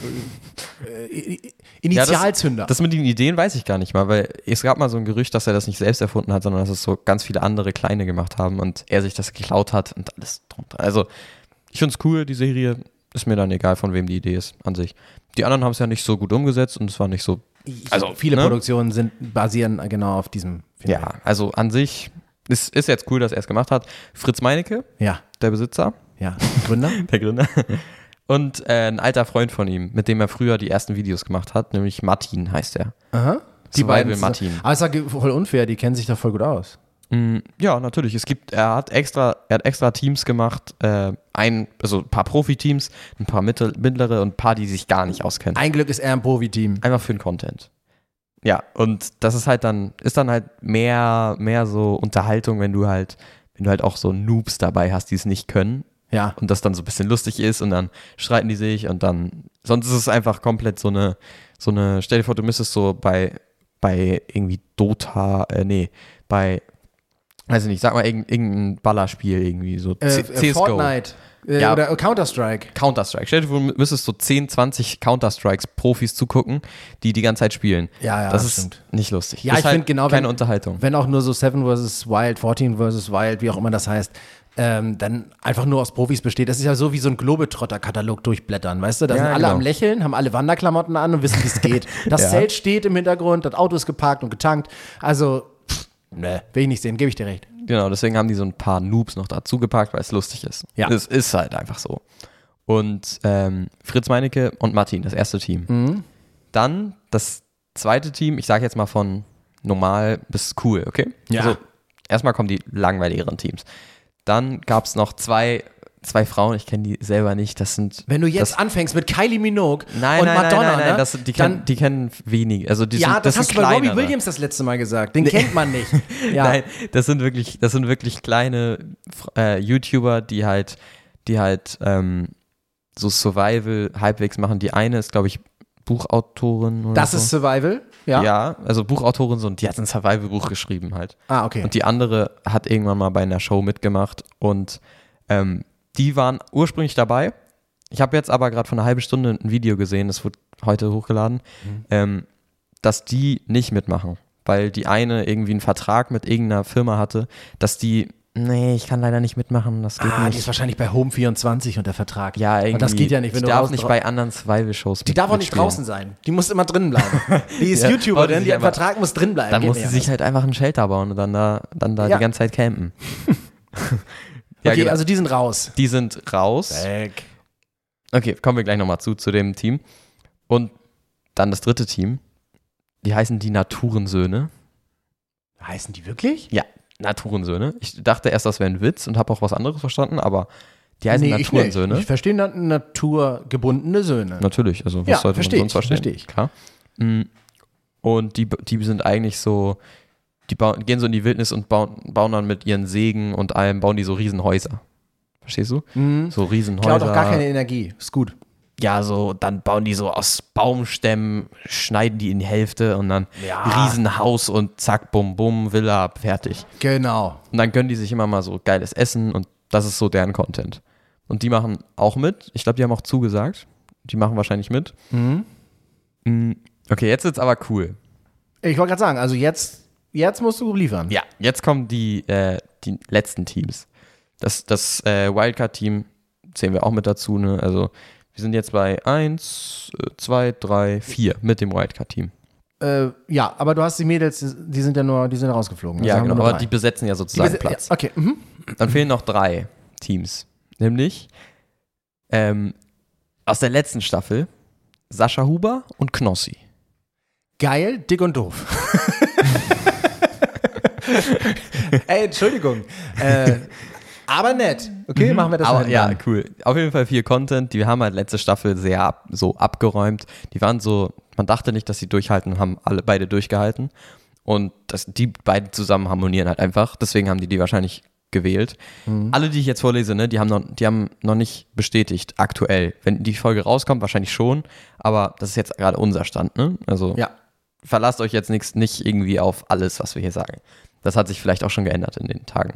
A: Initialzünder.
B: Ja, das mit den Ideen weiß ich gar nicht mal, weil es gab mal so ein Gerücht, dass er das nicht selbst erfunden hat, sondern dass es so ganz viele andere Kleine gemacht haben und er sich das geklaut hat und alles drunter. Also, ich finde es cool, die Serie. Ist mir dann egal, von wem die Idee ist, an sich. Die anderen haben es ja nicht so gut umgesetzt und es war nicht so. Also,
A: viele
B: ne?
A: Produktionen basieren genau auf diesem Film.
B: Ja, also an sich ist jetzt cool, dass er es gemacht hat. Fritz Meinecke,
A: Ja,
B: der Besitzer,
A: ja. Gründer?
B: der Gründer. Und ein alter Freund von ihm, mit dem er früher die ersten Videos gemacht hat, nämlich Martin heißt er.
A: Aha.
B: Survival Martin.
A: Aber es ist ja voll unfair, die kennen sich doch voll gut aus.
B: Ja, natürlich. Er hat extra Teams gemacht, ein paar Profiteams, ein paar mittlere und ein paar, die sich gar nicht auskennen.
A: Ein Glück ist er ein Profi-Team.
B: Einfach für den Content. Ja, und das ist dann halt mehr so Unterhaltung, wenn du halt auch so Noobs dabei hast, die es nicht können.
A: Ja.
B: Und das dann so ein bisschen lustig ist und dann streiten die sich und dann, sonst ist es einfach komplett so eine, stell dir vor, du müsstest so bei irgendwie Dota, weiß ich nicht, sag mal irgendein Ballerspiel irgendwie, so CSGO.
A: Fortnite.
B: Ja.
A: Oder Counter-Strike.
B: Counter-Strike. Stell dir vor, du müsstest so 10, 20 Counter-Strikes-Profis zugucken, die ganze Zeit spielen.
A: Ja,
B: das
A: stimmt.
B: ist nicht lustig.
A: Ja,
B: das
A: ich
B: ist
A: finde genau,
B: keine Unterhaltung.
A: Wenn auch nur so 7 vs. Wild, 14 vs. Wild, wie auch immer das heißt, dann einfach nur aus Profis besteht. Das ist ja so wie so ein Globetrotter-Katalog durchblättern, weißt du? Da sind alle am Lächeln, haben alle Wanderklamotten an und wissen, wie es geht. Das Zelt steht im Hintergrund, das Auto ist geparkt und getankt. Also, will ich nicht sehen, gebe ich dir recht.
B: Genau, deswegen haben die so ein paar Noobs noch dazugepackt, weil es lustig ist.
A: Ja.
B: Es ist halt einfach so. Und Fritz Meinecke und Martin, das erste Team.
A: Mhm.
B: Dann das zweite Team, ich sage jetzt mal von normal bis cool, okay?
A: Ja.
B: Also erstmal kommen die langweiligeren Teams. Dann gab es noch zwei Frauen, ich kenne die selber nicht, das sind...
A: Wenn du jetzt anfängst mit Kylie Minogue und
B: Madonna,
A: Madonna, ne?
B: Die kennen wenig, also die
A: Ja,
B: sind,
A: das
B: sind
A: hast du bei Robbie
B: kleinere.
A: Williams das letzte Mal gesagt. Den kennt man nicht. Ja.
B: Nein, das sind wirklich kleine YouTuber, die halt so Survival halbwegs machen. Die eine ist, glaube ich, Buchautorin oder
A: Das
B: so.
A: ist Survival? Ja.
B: Ja, also Buchautorin so, und die hat ein Survival-Buch geschrieben halt.
A: Ah, okay.
B: Und die andere hat irgendwann mal bei einer Show mitgemacht und die waren ursprünglich dabei. Ich habe jetzt aber gerade vor einer halben Stunde ein Video gesehen, das wurde heute hochgeladen, dass die nicht mitmachen, weil die eine irgendwie einen Vertrag mit irgendeiner Firma hatte, dass die, nee, ich kann leider nicht mitmachen, das geht
A: Die
B: nicht.
A: ist wahrscheinlich bei Home24 unter Vertrag.
B: Ja, irgendwie.
A: Und das geht ja nicht, wenn
B: die
A: du
B: darf nicht bei anderen Survival-Shows
A: Die darf auch nicht
B: mitspielen.
A: draußen sein. Die muss immer drinnen bleiben. Die ist
B: Ja,
A: YouTuberin, die hat einen
B: aber-
A: Vertrag, muss drin bleiben.
B: Dann
A: Geht
B: muss
A: nicht
B: sie sich halt einfach ein Shelter bauen und dann da
A: Ja.
B: die ganze Zeit campen.
A: Okay,
B: genau.
A: also die sind raus.
B: Die sind raus.
A: Weg.
B: Okay, kommen wir gleich nochmal zu dem Team. Und dann das dritte Team. Die heißen die Naturensöhne.
A: Heißen die wirklich?
B: Ja, Naturensöhne. Ich dachte erst, das wäre ein Witz und habe auch was anderes verstanden, aber die heißen
A: ich nicht.
B: Naturensöhne.
A: Ich verstehe naturgebundene Söhne.
B: Natürlich, also was
A: Ja,
B: sollte man
A: verstehe
B: sonst
A: ich,
B: verstehen?
A: verstehe ich.
B: Klar. Und die sind eigentlich so, gehen so in die Wildnis und bauen dann mit ihren Sägen und allem, bauen die so Riesenhäuser. Verstehst du? So Riesenhäuser.
A: Klaut auch gar keine Energie. Ist gut.
B: Ja, so, dann bauen die so aus Baumstämmen, schneiden die in die Hälfte und dann Riesenhaus und zack, bum, bum, Villa, fertig.
A: Genau.
B: Und dann gönnen die sich immer mal so geiles Essen und das ist so deren Content. Und die machen auch mit. Ich glaube, die haben auch zugesagt. Die machen wahrscheinlich mit. Okay, jetzt wird's aber cool.
A: Ich wollte gerade sagen, also jetzt musst du liefern.
B: Ja, jetzt kommen die letzten Teams. Das Wildcard-Team zählen wir auch mit dazu, ne? Also wir sind jetzt bei 1, 2, 3, 4 mit dem Wildcard-Team.
A: Ja, aber du hast die Mädels, die sind rausgeflogen. Also
B: Ja,
A: haben
B: genau,
A: nur
B: aber
A: drei.
B: die besetzen ja sozusagen Platz.
A: Ja, okay. Mhm.
B: Dann fehlen noch 3 Teams. Nämlich aus der letzten Staffel Sascha Huber und Knossi.
A: Geil, dick und doof. Ey, Entschuldigung. Aber nett. Okay, machen wir das
B: Aber
A: mal.
B: ja, cool. Auf jeden Fall viel Content. Die haben halt letzte Staffel sehr abgeräumt. Die waren so, man dachte nicht, dass sie durchhalten, haben beide durchgehalten. Und die beiden zusammen harmonieren halt einfach. Deswegen haben die wahrscheinlich gewählt. Alle, die ich jetzt vorlese, ne, die haben noch nicht bestätigt, aktuell. Wenn die Folge rauskommt, wahrscheinlich schon. Aber das ist jetzt gerade unser Stand, ne? Also
A: Ja.
B: verlasst euch jetzt nicht irgendwie auf alles, was wir hier sagen. Das hat sich vielleicht auch schon geändert in den Tagen.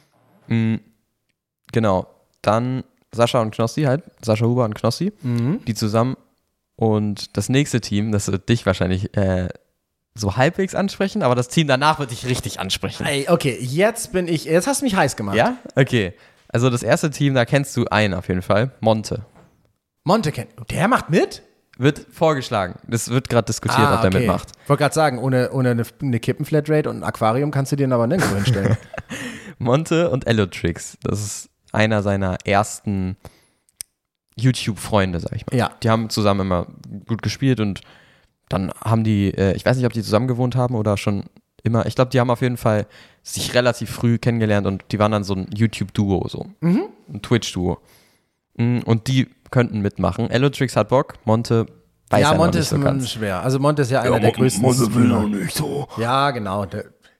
B: Genau. Dann Sascha und Knossi halt. Sascha Huber und Knossi. Die zusammen. Und das nächste Team, das wird dich wahrscheinlich so halbwegs ansprechen, aber das Team danach wird dich richtig ansprechen.
A: Ey, okay, jetzt hast du mich heiß gemacht.
B: Ja? Okay. Also das erste Team, da kennst du einen auf jeden Fall. Monte.
A: Monte der macht mit?
B: Wird vorgeschlagen. Das wird gerade diskutiert, ob der mitmacht.
A: Ich wollte gerade sagen, ohne eine Kippenflatrate und ein Aquarium kannst du den aber nirgendwo hinstellen.
B: Monte und Elotrix. Das ist einer seiner ersten YouTube-Freunde, sag ich mal.
A: Ja.
B: Die haben zusammen immer gut gespielt und dann haben die, ich weiß nicht, ob die zusammen gewohnt haben oder schon immer. Ich glaube, die haben auf jeden Fall sich relativ früh kennengelernt und die waren dann so ein YouTube-Duo, so. Ein Twitch-Duo. Und die könnten mitmachen. Elotrix hat Bock, Monte weiß ja
A: Monte
B: noch
A: ist
B: nicht so ganz.
A: schwer. Also Monte ist ja einer der größten.
C: Monte will noch nicht so.
A: Ja, genau.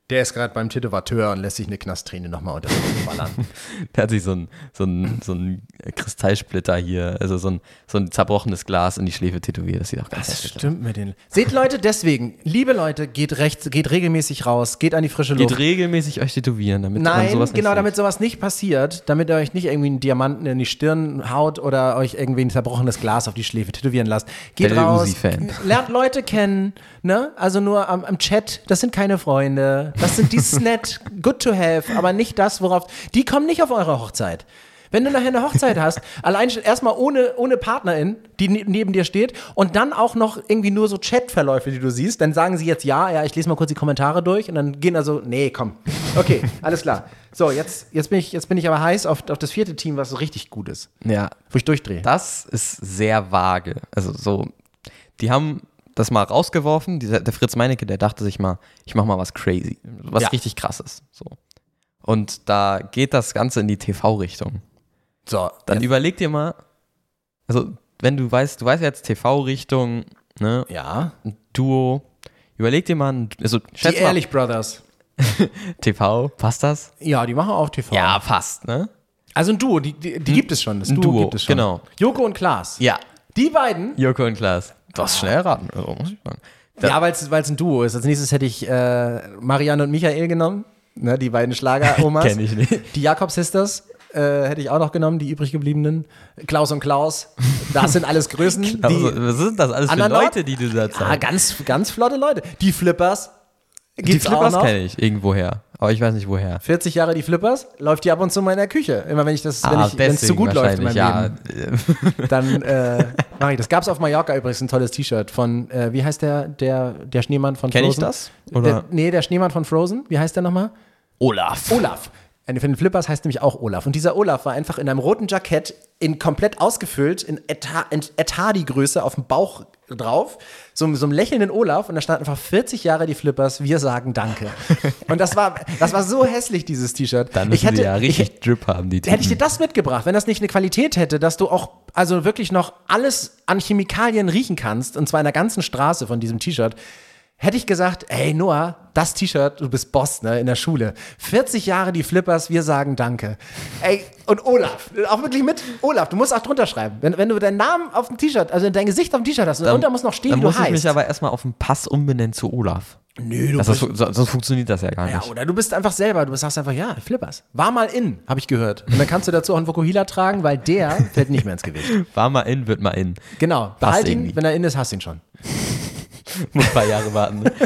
A: Der ist gerade beim Tätowateur und lässt sich eine Knastträne nochmal unter den ballern.
B: Der hat sich so ein Kristallsplitter hier, also so ein zerbrochenes Glas in die Schläfe tätowiert. Das sieht auch ganz
A: Das stimmt mit den. Seht Leute, deswegen, liebe Leute, geht regelmäßig raus, geht an die frische Luft.
B: Geht regelmäßig euch tätowieren, damit man
A: Nein,
B: sowas nicht
A: genau,
B: sieht.
A: damit sowas nicht passiert, damit ihr euch nicht irgendwie einen Diamanten in die Stirn haut oder euch irgendwie ein zerbrochenes Glas auf die Schläfe tätowieren lasst. Geht
B: Der
A: raus,
B: Uzi-Fan.
A: lernt Leute kennen, ne? Also nur am Chat, das sind keine Freunde, das sind die nett, good to have, aber nicht das, worauf, die kommen nicht auf eure Hochzeit. Wenn du nachher eine Hochzeit hast, allein erstmal ohne Partnerin, die neben dir steht und dann auch noch irgendwie nur so Chatverläufe, die du siehst, dann sagen sie jetzt ja, ich lese mal kurz die Kommentare durch und dann gehen also, nee, komm. Okay, alles klar. So, jetzt bin ich aber heiß auf das vierte Team, was so richtig gut ist.
B: Ja.
A: Wo ich durchdrehe.
B: Das ist sehr vage. Also so, die haben das mal rausgeworfen, der Fritz Meinecke, der dachte sich mal, ich mach mal was crazy, was richtig krasses. So. Und da geht das Ganze in die TV-Richtung.
A: So,
B: Dann überleg dir mal, also wenn du weißt jetzt TV-Richtung, ne,
A: ja.
B: ein Duo, überleg dir mal, also
A: Die
B: schätz mal,
A: Ehrlich Brothers.
B: TV, passt das?
A: Ja, die machen auch TV.
B: Ja, passt, ne?
A: Also ein Duo, die gibt es schon. Das
B: Ein
A: Duo
B: Duo,
A: gibt es schon.
B: genau.
A: Joko und Klaas.
B: Ja,
A: Die beiden.
B: Joko und Klaas. Du hast schnell erraten, also, muss ich sagen.
A: Ja, weil es ein Duo ist. Als nächstes hätte ich Marianne und Michael genommen. Ne, die beiden Schlager-Omas.
B: Kenn ich nicht.
A: Die Jakob-Sisters hätte ich auch noch genommen, die übrig gebliebenen. Klaus und Klaus. Das sind alles Größen.
B: Was sind das alles für
A: Anderen
B: Leute, die du da
A: Ja,
B: zeigst?
A: ganz flotte Leute. Die Flippers.
B: Die
A: Gibt's
B: Flippers
A: auch noch.
B: kenne ich irgendwoher, aber ich weiß nicht woher.
A: 40 Jahre die Flippers, läuft die ab und zu mal in der Küche. Immer wenn es zu gut läuft in meinem Leben, dann mache ich das. Gab es auf Mallorca übrigens ein tolles T-Shirt von, wie heißt der Schneemann von Frozen?
B: Kenn ich das? Oder?
A: Der Schneemann von Frozen, wie heißt der nochmal?
B: Olaf.
A: Olaf. Für den Flippers heißt nämlich auch Olaf. Und dieser Olaf war einfach in einem roten Jackett, komplett ausgefüllt, in Etadi-Größe auf dem Bauch drauf, so einem lächelnden Olaf. Und da stand einfach 40 Jahre die Flippers, wir sagen Danke. Und das war so hässlich, dieses T-Shirt.
B: Dann müssen die ja richtig Drip haben, die
A: Hätte ich dir das mitgebracht, wenn das nicht eine Qualität hätte, dass du auch also wirklich noch alles an Chemikalien riechen kannst, und zwar in der ganzen Straße von diesem T-Shirt, hätte ich gesagt, ey Noah, das T-Shirt, du bist Boss, ne, in der Schule. 40 Jahre die Flippers, wir sagen Danke. Ey, und Olaf, auch wirklich mit Olaf, du musst auch drunter schreiben. Wenn du deinen Namen auf dem T-Shirt, also dein Gesicht auf dem T-Shirt hast, und darunter muss noch stehen, wie du heißt.
B: Dann muss ich mich aber erstmal auf den Pass umbenennen zu Olaf.
A: Nö,
B: Sonst funktioniert das ja gar nicht.
A: Ja, oder du bist einfach selber, du sagst einfach, ja, Flippers. War mal in, habe ich gehört. Und dann kannst du dazu auch einen Vokuhila tragen, weil der fällt nicht mehr ins Gewicht.
B: War mal in, wird mal in.
A: Genau, behalt ihn, wenn er in ist, hast du ihn schon.
B: Muss ein paar Jahre warten. Ne?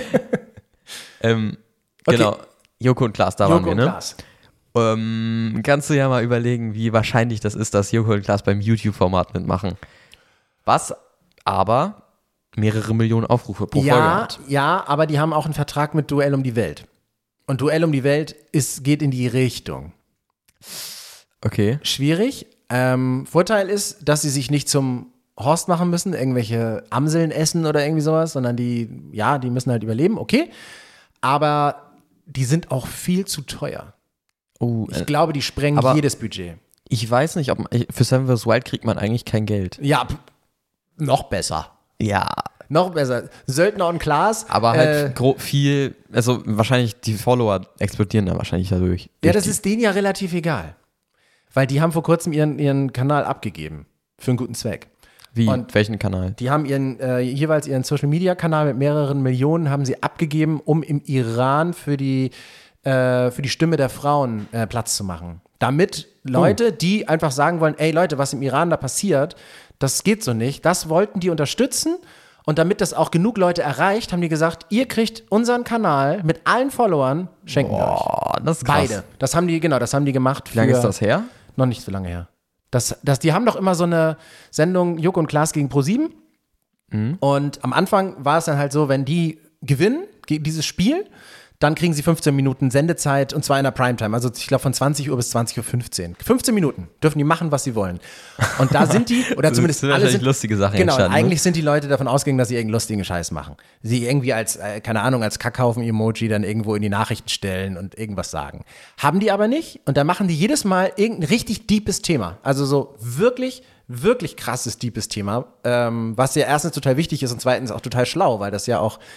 B: Genau, Joko und Klaas, da waren wir, ne?
A: Klaas.
B: Kannst du ja mal überlegen, wie wahrscheinlich das ist, dass Joko und Klaas beim YouTube-Format mitmachen. Was aber mehrere Millionen Aufrufe pro Folge hat.
A: Ja, aber die haben auch einen Vertrag mit Duell um die Welt. Und Duell um die Welt geht in die Richtung.
B: Okay.
A: Schwierig. Vorteil ist, dass sie sich nicht zum Horst machen müssen, irgendwelche Amseln essen oder irgendwie sowas, sondern die müssen halt überleben, okay. Aber die sind auch viel zu teuer. Ich glaube, die sprengen jedes Budget.
B: Ich weiß nicht, ob für Seven vs. Wild kriegt man eigentlich kein Geld.
A: Ja, noch besser.
B: Ja.
A: Noch besser. Söldner und Klaas.
B: Aber halt viel, also wahrscheinlich die Follower explodieren da wahrscheinlich dadurch.
A: Ja, das ist denen ja relativ egal. Weil die haben vor kurzem ihren Kanal abgegeben. Für einen guten Zweck.
B: Wie? Und welchen Kanal?
A: Die haben jeweils ihren Social-Media-Kanal mit mehreren Millionen haben sie abgegeben, um im Iran für die Stimme der Frauen Platz zu machen. Damit Leute, die einfach sagen wollen, ey Leute, was im Iran da passiert, das geht so nicht, das wollten die unterstützen. Und damit das auch genug Leute erreicht, haben die gesagt, ihr kriegt unseren Kanal mit allen Followern, schenken wir euch.
B: Das ist krass.
A: Beide. Das haben die gemacht.
B: Wie lange ist das her?
A: Noch nicht so lange her. Die haben doch immer so eine Sendung Joko und Klaas gegen Pro7. Und am Anfang war es dann halt so, wenn die gewinnen, dieses Spiel, dann kriegen sie 15 Minuten Sendezeit, und zwar in der Primetime. Also ich glaube von 20 Uhr bis 20:15 Uhr. 15 Minuten dürfen die machen, was sie wollen. Und da sind die, oder zumindest
B: sind
A: alle sind
B: lustige Sachen
A: genau,
B: entstanden.
A: eigentlich sind die Leute davon ausgegangen, dass sie irgendeinen lustigen Scheiß machen. Sie irgendwie als, keine Ahnung, als Kackhaufen-Emoji dann irgendwo in die Nachrichten stellen und irgendwas sagen. Haben die aber nicht, und da machen die jedes Mal irgendein richtig deepes Thema. Also so wirklich, wirklich krasses, deepes Thema, was ja erstens total wichtig ist und zweitens auch total schlau, weil das ja auch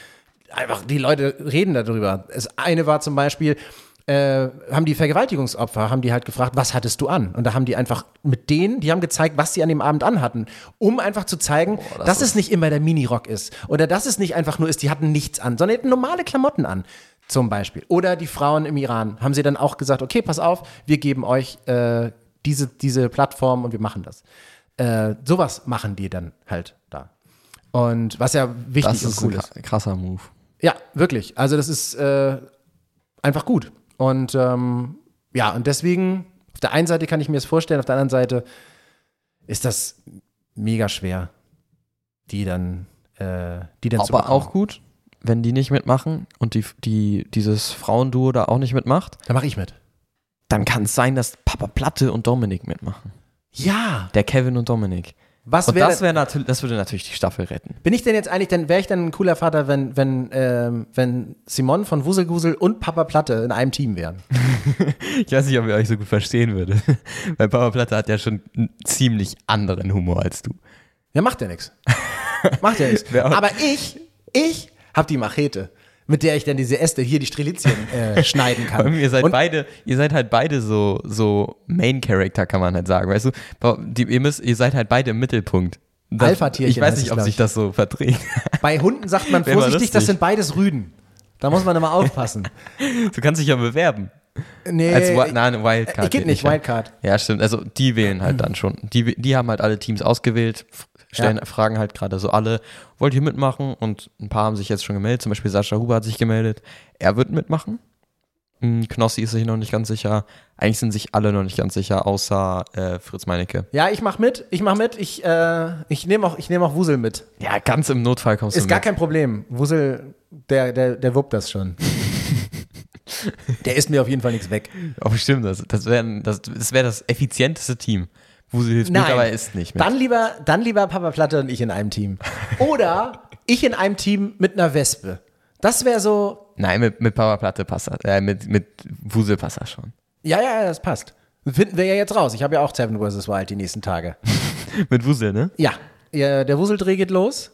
A: einfach, die Leute reden darüber. Das eine war zum Beispiel, haben die Vergewaltigungsopfer, haben die halt gefragt, was hattest du an? Und da haben die einfach die haben gezeigt, was sie an dem Abend anhatten, um einfach zu zeigen, dass es nicht immer der Minirock ist oder dass es nicht einfach nur ist, die hatten nichts an, sondern die hatten normale Klamotten an, zum Beispiel. Oder die Frauen im Iran haben sie dann auch gesagt, okay, pass auf, wir geben euch diese Plattform und wir machen das. Sowas machen die dann halt da. Und was ja wichtig und cool ist.
B: Das ist ein krasser Move.
A: Ja, wirklich. Also das ist einfach gut. Und und deswegen, auf der einen Seite kann ich mir das vorstellen, auf der anderen Seite ist das mega schwer, die dann zu
B: Aber
A: bekommen.
B: auch gut, wenn die nicht mitmachen und dieses Frauenduo da auch nicht mitmacht,
A: Da mache ich mit.
B: dann kann es sein, dass Papa Platte und Dominik mitmachen.
A: Ja.
B: Der Kevin und Dominik.
A: Was
B: Und
A: wäre
B: das würde natürlich die Staffel retten.
A: Bin ich denn jetzt eigentlich, wäre ich dann ein cooler Vater, wenn Simon von Wuselgusel und Papa Platte in einem Team wären?
B: Ich weiß nicht, ob ihr euch so gut verstehen würde. Weil Papa Platte hat ja schon einen ziemlich anderen Humor als du.
A: Ja, macht ja nichts. Macht ja nichts. Aber ich habe die Machete, mit der ich dann diese Äste hier, die Strelitzien schneiden kann.
B: Vor allem, ihr seid halt beide so Main-Character, kann man halt sagen. Weißt du, ihr seid halt beide im Mittelpunkt.
A: Alpha-Tierchen
B: Ich weiß
A: heißt
B: nicht,
A: es,
B: ob
A: glaub
B: sich
A: ich.
B: das so verdreht.
A: Bei Hunden sagt man
B: Wäre mal
A: vorsichtig,
B: lustig.
A: das sind beides Rüden. Da muss man immer aufpassen.
B: Du kannst dich ja bewerben.
A: Nee,
B: Wildcard.
A: geht nicht, Wildcard.
B: Ja, stimmt. Also die wählen halt dann schon. Die haben halt alle Teams ausgewählt, fragen halt gerade so alle, wollt ihr mitmachen? Und ein paar haben sich jetzt schon gemeldet. Zum Beispiel Sascha Huber hat sich gemeldet. Er wird mitmachen. Knossi ist sich noch nicht ganz sicher. Eigentlich sind sich alle noch nicht ganz sicher, außer Fritz Meinecke.
A: Ja, ich mach mit. Ich nehme auch Wusel mit.
B: Ja, ganz im Notfall kommst du
A: Ist
B: mit.
A: gar kein Problem. Wusel, der wuppt das schon. Der isst mir auf jeden Fall nichts weg.
B: Oh, bestimmt. Das wäre das effizienteste Team. Wusel hilft mit, aber er isst nicht mit.
A: Dann lieber Papa Platte und ich in einem Team. Oder ich in einem Team mit einer Wespe. Das wäre so.
B: Nein, mit Papa Platte passt das. Mit Wusel passt das schon.
A: Ja, das passt. Finden wir ja jetzt raus. Ich habe ja auch Seven vs. Wild die nächsten Tage.
B: Mit Wusel, ne?
A: Ja, der Wuseldreh geht los.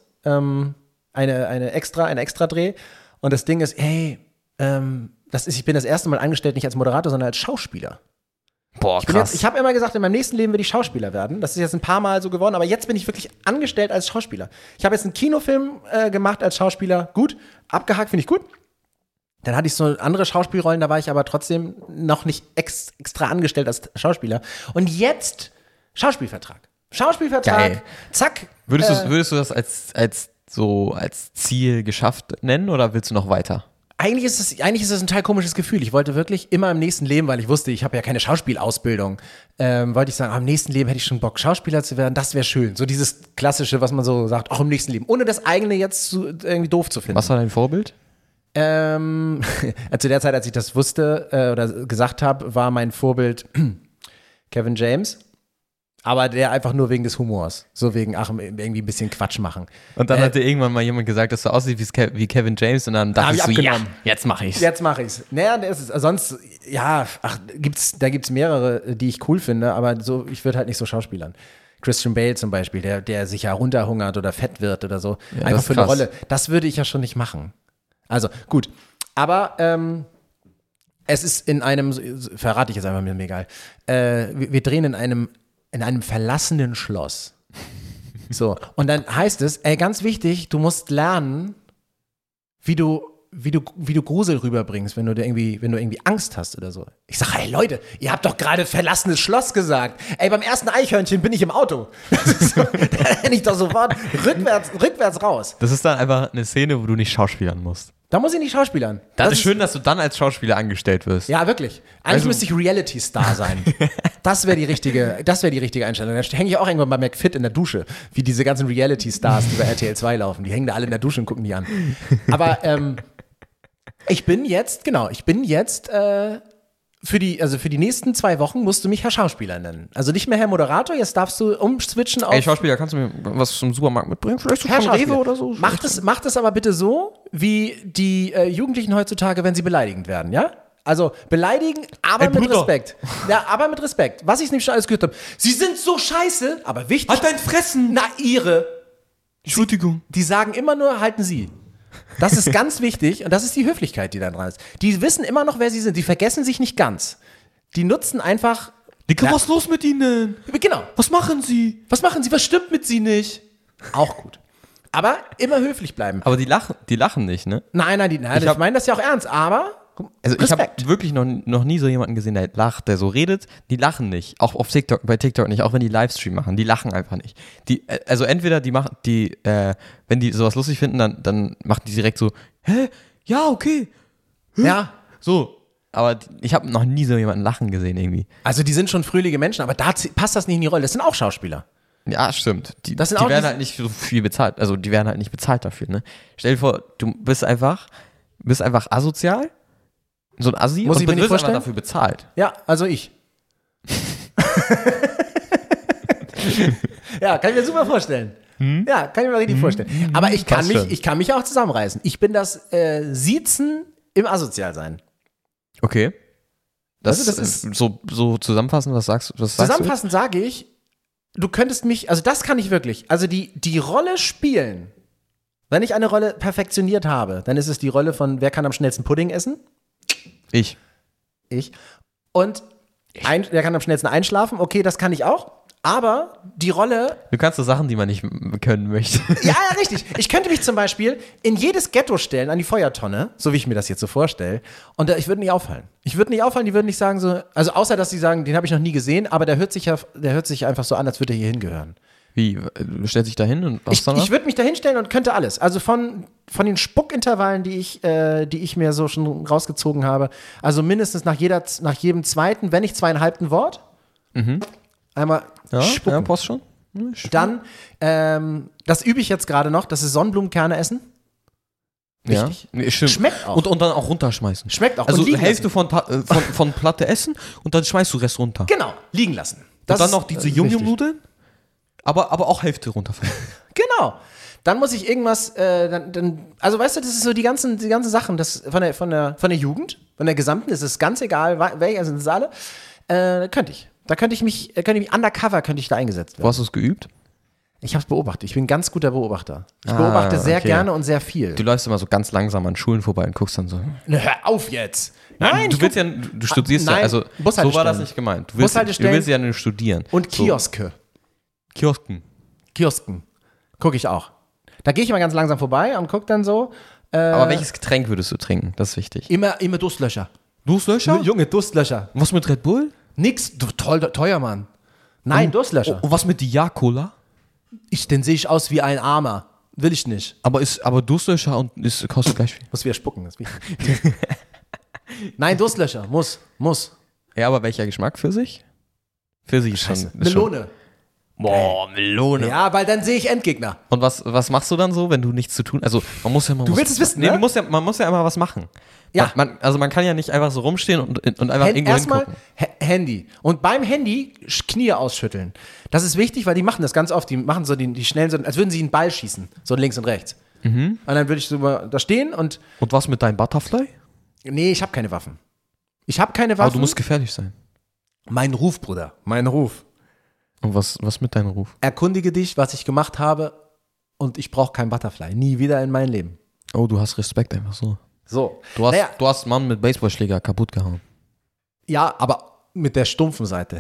A: Eine Extra-Dreh. Und das Ding ist, ich bin das erste Mal angestellt, nicht als Moderator, sondern als Schauspieler.
B: Boah, krass.
A: Ich habe immer gesagt, in meinem nächsten Leben will ich Schauspieler werden. Das ist jetzt ein paar Mal so geworden, aber jetzt bin ich wirklich angestellt als Schauspieler. Ich habe jetzt einen Kinofilm gemacht als Schauspieler. Gut, abgehakt, finde ich gut. Dann hatte ich so andere Schauspielrollen, da war ich aber trotzdem noch nicht extra angestellt als Schauspieler. Und jetzt Schauspielvertrag.
B: Geil.
A: Zack.
B: Würdest du das als Ziel geschafft nennen oder willst du noch weiter?
A: Eigentlich ist es ein total komisches Gefühl. Ich wollte wirklich immer im nächsten Leben, weil ich wusste, ich habe ja keine Schauspielausbildung, wollte ich sagen, im nächsten Leben hätte ich schon Bock, Schauspieler zu werden. Das wäre schön. So dieses Klassische, was man so sagt, auch im nächsten Leben. Ohne das eigene jetzt irgendwie doof zu finden.
B: Was war dein Vorbild?
A: Zu der Zeit, als ich das wusste oder gesagt habe, war mein Vorbild Kevin James. Aber der einfach nur wegen des Humors. So wegen, irgendwie ein bisschen Quatsch machen.
B: Und dann hat dir irgendwann mal jemand gesagt, dass du aussiehst wie Kevin James und dann dachtest du, ja, jetzt mach ich's.
A: Jetzt mache ich's. Naja, sonst, da gibt's mehrere, die ich cool finde, aber so, ich würde halt nicht so schauspielern. Christian Bale zum Beispiel, der sich ja runterhungert oder fett wird oder so.
B: Ja,
A: einfach für eine
B: krass.
A: Rolle. Das würde ich ja schon nicht machen. Also, gut. Aber, es ist in einem, verrate ich jetzt einfach, mir egal. Wir drehen in einem verlassenen Schloss. So, und dann heißt es, ganz wichtig, du musst lernen, wie du Grusel rüberbringst, wenn du irgendwie Angst hast oder so. Ich sage, hey Leute, ihr habt doch gerade verlassenes Schloss gesagt. Beim ersten Eichhörnchen bin ich im Auto. Das ist so, da renne ich doch sofort rückwärts raus.
B: Das ist dann einfach eine Szene, wo du nicht schauspielern musst.
A: Da muss ich nicht schauspielern.
B: Das ist schön, dass du dann als Schauspieler angestellt wirst.
A: Ja, wirklich. Eigentlich müsste ich Reality-Star sein. Das wäre die richtige Einstellung. Da hänge ich auch irgendwann bei McFit in der Dusche, wie diese ganzen Reality-Stars, die bei RTL 2 laufen. Die hängen da alle in der Dusche und gucken die an. Aber ich bin jetzt für die nächsten 2 Wochen musst du mich Herr Schauspieler nennen. Also nicht mehr Herr Moderator, jetzt darfst du umswitchen auf
B: Schauspieler, kannst du mir was zum Supermarkt mitbringen? Vielleicht so
A: Herr
B: von Rewe
A: Schauspieler.
B: oder so?
A: Macht es aber bitte so, wie die Jugendlichen heutzutage, wenn sie beleidigend werden, ja? Also beleidigen, aber mit
B: Bruder.
A: Respekt. Ja, aber mit Respekt. Was ich nämlich schon alles gehört habe. Sie sind so scheiße, aber wichtig.
B: Halt dein Fressen!
A: Na, ihre.
B: Entschuldigung.
A: Die sagen immer nur, halten Sie. Das ist ganz wichtig und das ist die Höflichkeit, die da dran ist. Die wissen immer noch, wer sie sind. Die vergessen sich nicht ganz. Die nutzen einfach.
B: Dicker, was ist los mit Ihnen?
A: Genau.
B: Was machen Sie?
A: Was machen sie? Was stimmt mit sie nicht? Auch gut. Aber immer höflich bleiben.
B: Aber die lachen nicht, ne?
A: Nein, ich meine das ja auch ernst, aber
B: Also ich habe wirklich noch nie so jemanden gesehen, der lacht, der so redet. Die lachen nicht. Auch auf TikTok, bei TikTok nicht, auch wenn die Livestream machen. Die lachen einfach nicht. Also entweder wenn die sowas lustig finden, dann machen die direkt so, hä? Ja, okay.
A: ja.
B: So. Aber ich habe noch nie so jemanden lachen gesehen irgendwie.
A: Also die sind schon fröhliche Menschen, aber da passt das nicht in die Rolle. Das sind auch Schauspieler.
B: Ja, stimmt. Die
A: Das sind auch
B: werden halt nicht so viel bezahlt. Also die werden halt nicht bezahlt dafür, ne? Stell dir vor, du bist einfach asozial, so ein Assi,
A: Muss
B: und
A: ich mir
B: du
A: nicht
B: wirst
A: vorstellen?
B: einfach dafür bezahlt.
A: Ja, also ich. Ja, kann ich mir super vorstellen. Ja, kann ich mir richtig vorstellen. Aber ich kann mich auch zusammenreißen. Ich bin das Siezen im Asozialsein.
B: Okay. Das
A: Also das
B: ist so zusammenfassend, was sagst du?
A: Zusammenfassend sage ich, du könntest mich, also das kann ich wirklich, also die Rolle spielen, wenn ich eine Rolle perfektioniert habe, dann ist es die Rolle von, wer kann am schnellsten Pudding essen?
B: Ich.
A: Und wer kann am schnellsten einschlafen? Okay, das kann ich auch. Aber die Rolle.
B: Du kannst so Sachen, die man nicht können möchte.
A: Ja, richtig. Ich könnte mich zum Beispiel in jedes Ghetto stellen, an die Feuertonne, so wie ich mir das jetzt so vorstelle. Und ich würde nicht auffallen. Die würden nicht sagen so, also außer, dass sie sagen, den habe ich noch nie gesehen, aber der hört sich einfach so an, als würde er hier hingehören.
B: Wie? Du stellst dich da hin und was
A: Ich würde mich da hinstellen und könnte alles. Also von den Spuckintervallen, die ich mir so schon rausgezogen habe, also mindestens nach jedem zweiten, wenn nicht 2,5 Wort, einmal spucken.
B: Ja, passt schon.
A: Dann, das übe ich jetzt gerade noch, das ist Sonnenblumenkerne essen. Wichtig.
B: Ja, stimmt.
A: Schmeckt auch.
B: Und dann auch runterschmeißen.
A: Schmeckt auch.
B: Also
A: Und liegen
B: Hälfte
A: lassen.
B: von Platte essen und dann schmeißt du Rest runter.
A: Genau, liegen lassen.
B: Und dann noch diese Yum-Yum-Nudeln, aber auch Hälfte runterfallen.
A: Genau. Dann muss ich irgendwas, also weißt du, das ist so die ganzen Sachen, das von der Jugend, von der gesamten, das ist ganz egal, welche sind es alle, könnte ich. Da könnte ich mich undercover da eingesetzt werden.
B: Wo hast du es geübt?
A: Ich habe es beobachtet. Ich bin ein ganz guter Beobachter. Ich beobachte sehr gerne und sehr viel.
B: Du läufst immer so ganz langsam an Schulen vorbei und guckst dann so.
A: Na, hör auf jetzt! Nein,
B: du studierst
A: nein,
B: ja, also so war das nicht gemeint. Du willst ja nur studieren.
A: Und Kioske.
B: So.
A: Kiosken. Gucke ich auch. Da gehe ich immer ganz langsam vorbei und gucke dann so.
B: Aber welches Getränk würdest du trinken? Das ist wichtig.
A: Immer Durstlöscher.
B: Durstlöscher?
A: Junge, Durstlöscher.
B: Was mit Red Bull?
A: Nix, teuer, Mann. Nein, Durstlöscher.
B: Und was mit Dia-Cola?
A: Den sehe ich aus wie ein Armer. Will ich nicht.
B: Aber Durstlöscher und kostet gleich viel.
A: Muss wieder spucken, das ist wichtig. Nein, Durstlöscher. Muss.
B: Ja, aber welcher Geschmack für sich? Für sich schon.
A: Melone.
B: Boah, Melone.
A: Ja, weil dann sehe ich Endgegner.
B: Und was machst du dann so, wenn du nichts zu tun? Also man muss ja mal.
A: Du willst es wissen,
B: nee,
A: ne?
B: man muss ja immer was machen.
A: Ja.
B: Man kann ja nicht einfach so rumstehen und einfach irgendwo
A: erstmal
B: hingucken.
A: Handy. Und beim Handy Knie ausschütteln. Das ist wichtig, weil die machen das ganz oft. Die machen so die schnellen, so, als würden sie einen Ball schießen. So links und rechts. Und dann würde ich so da stehen und.
B: Und was mit deinem Butterfly?
A: Nee, ich habe keine Waffen.
B: Aber du musst gefährlich sein.
A: Mein Ruf, Bruder. Mein Ruf.
B: Und was mit deinem Ruf?
A: Erkundige dich, was ich gemacht habe, und ich brauche kein Butterfly. Nie wieder in mein Leben.
B: Oh, du hast Respekt einfach so.
A: So.
B: Du hast einen Mann mit Baseballschläger kaputt gehauen.
A: Ja, aber mit der stumpfen Seite.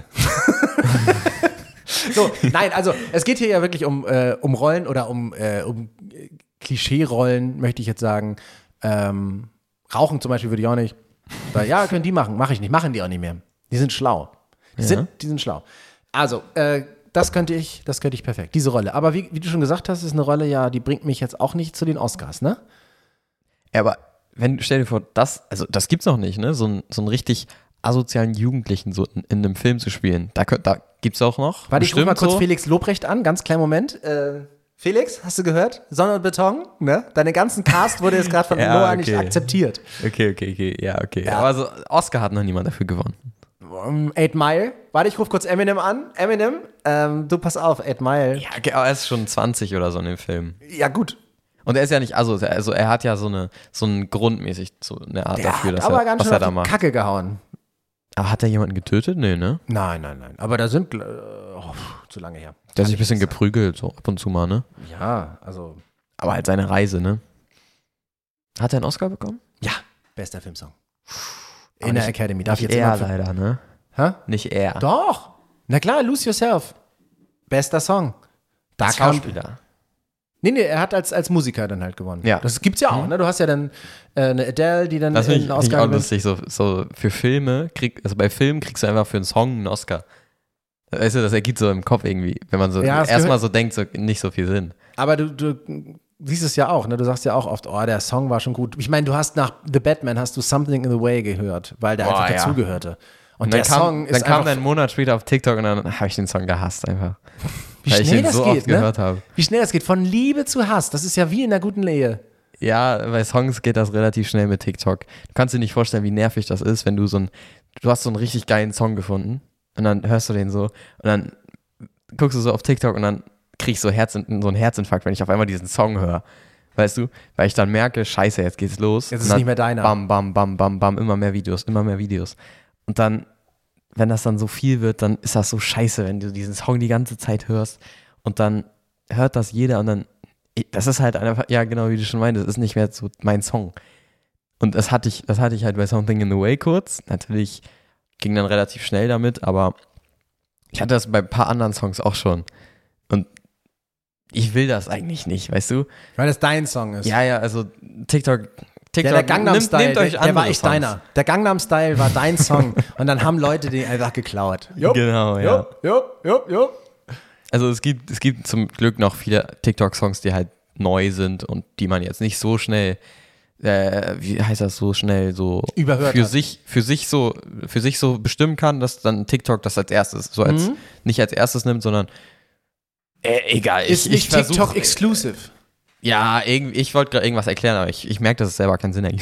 A: So, nein, also es geht hier ja wirklich um Rollen oder um Klischee-Rollen, möchte ich jetzt sagen. Rauchen zum Beispiel würde ich auch nicht. Weil, ja, können die machen. Mache ich nicht. Machen die auch nicht mehr. Die sind schlau. Die sind schlau. Also, das könnte ich perfekt, diese Rolle. Aber wie du schon gesagt hast, ist eine Rolle, ja, die bringt mich jetzt auch nicht zu den Oscars, ne?
B: Ja, aber stell dir vor, das gibt's noch nicht, ne? So einen richtig asozialen Jugendlichen so in einem Film zu spielen. Da gibt's auch noch.
A: Warte, ich rufe mal kurz Felix Lobrecht an, ganz kleinen Moment. Felix, hast du gehört? Sonne und Beton, ne? Deine ganzen Cast wurde jetzt gerade von Noah nicht akzeptiert.
B: Okay. Ja, okay. Ja. Aber so Oscar hat noch niemand dafür gewonnen.
A: 8 Mile. Warte, ich rufe kurz Eminem an. Eminem, du pass auf, 8 Mile.
B: Ja, aber er ist schon 20 oder so in dem Film.
A: Ja, gut.
B: Und er ist ja nicht, also er hat ja so einen grundmäßig so eine Art dafür,
A: dass aber ganz schön auf die Kacke gehauen.
B: Aber hat er jemanden getötet? Nee, ne?
A: Nein. Aber da sind, zu lange her.
B: Der hat sich ein bisschen geprügelt, so ab und zu mal, ne?
A: Ja, also.
B: Aber halt seine Reise, ne? Hat er einen Oscar bekommen?
A: Ja, bester Filmsong.
B: Aber
A: In der
B: nicht-
A: Academy. Darf ich
B: Nicht
A: jetzt
B: er
A: immer
B: leider, ne?
A: Hä?
B: Nicht er.
A: Doch. Na klar, Lose Yourself. Bester Song. Da
B: Als
A: kam.
B: Schauspieler.
A: Nee, er hat als Musiker dann halt gewonnen.
B: Ja.
A: Das gibt's ja auch, ne? Du hast ja dann eine Adele, die dann
B: Das finde ich,
A: einen
B: find ich
A: Oscar
B: auch
A: gewinnt.
B: lustig. So für Filme, also bei Filmen kriegst du einfach für einen Song einen Oscar. Weißt du, das ergibt so im Kopf irgendwie, wenn man so
A: Ja, es
B: erstmal
A: gehört-
B: so denkt, so nicht so viel Sinn.
A: Aber du siehst es ja auch, ne? Du sagst ja auch oft, oh, der Song war schon gut. Ich meine, du hast nach The Batman hast du Something in the Way gehört, weil der
B: Boah,
A: einfach
B: ja.
A: dazugehörte. Und
B: dann
A: der Song ist
B: dann kam
A: einfach,
B: ein Monat später auf TikTok und dann habe ich den Song gehasst einfach.
A: wie
B: weil ich
A: schnell
B: den
A: das
B: so
A: geht,
B: oft gehört habe.
A: Wie schnell das geht, von Liebe zu Hass. Das ist ja wie in einer guten Ehe.
B: Ja, bei Songs geht das relativ schnell mit TikTok. Du kannst dir nicht vorstellen, wie nervig das ist, wenn du du hast so einen richtig geilen Song gefunden und dann hörst du den so und dann guckst du so auf TikTok und dann krieg ich so einen Herzinfarkt, wenn ich auf einmal diesen Song höre. Weißt du? Weil ich dann merke, scheiße, jetzt geht's los.
A: Jetzt ist
B: Und dann
A: nicht mehr deiner.
B: Bam, bam, bam, bam, bam, immer mehr Videos. Und dann, wenn das dann so viel wird, dann ist das so scheiße, wenn du diesen Song die ganze Zeit hörst und dann hört das jeder und dann, das ist halt einfach, ja genau, wie du schon meintest, das ist nicht mehr so mein Song. Und das hatte ich halt bei Something in the Way kurz. Natürlich ging dann relativ schnell damit, aber ich hatte das bei ein paar anderen Songs auch schon. Und ich will das eigentlich nicht, weißt du?
A: Weil das dein Song ist.
B: Ja, also TikTok
A: Ja, der Gangnam Style,
B: nehmt euch
A: der war
B: andere
A: echt
B: Songs.
A: deiner. Der Gangnam Style war dein Song. Und dann haben Leute den einfach geklaut.
B: Genau, ja.
A: Jupp.
B: Also es gibt zum Glück noch viele TikTok-Songs, die halt neu sind und die man jetzt nicht so schnell, wie heißt das, so schnell so
A: Überhört
B: für
A: hat.
B: sich so bestimmen kann, dass dann TikTok das als erstes, nicht als erstes nimmt, sondern egal.
A: Ist nicht
B: versuch-
A: TikTok exclusive.
B: Ja, ich wollte gerade irgendwas erklären, aber ich merke, dass es selber keinen Sinn ergibt.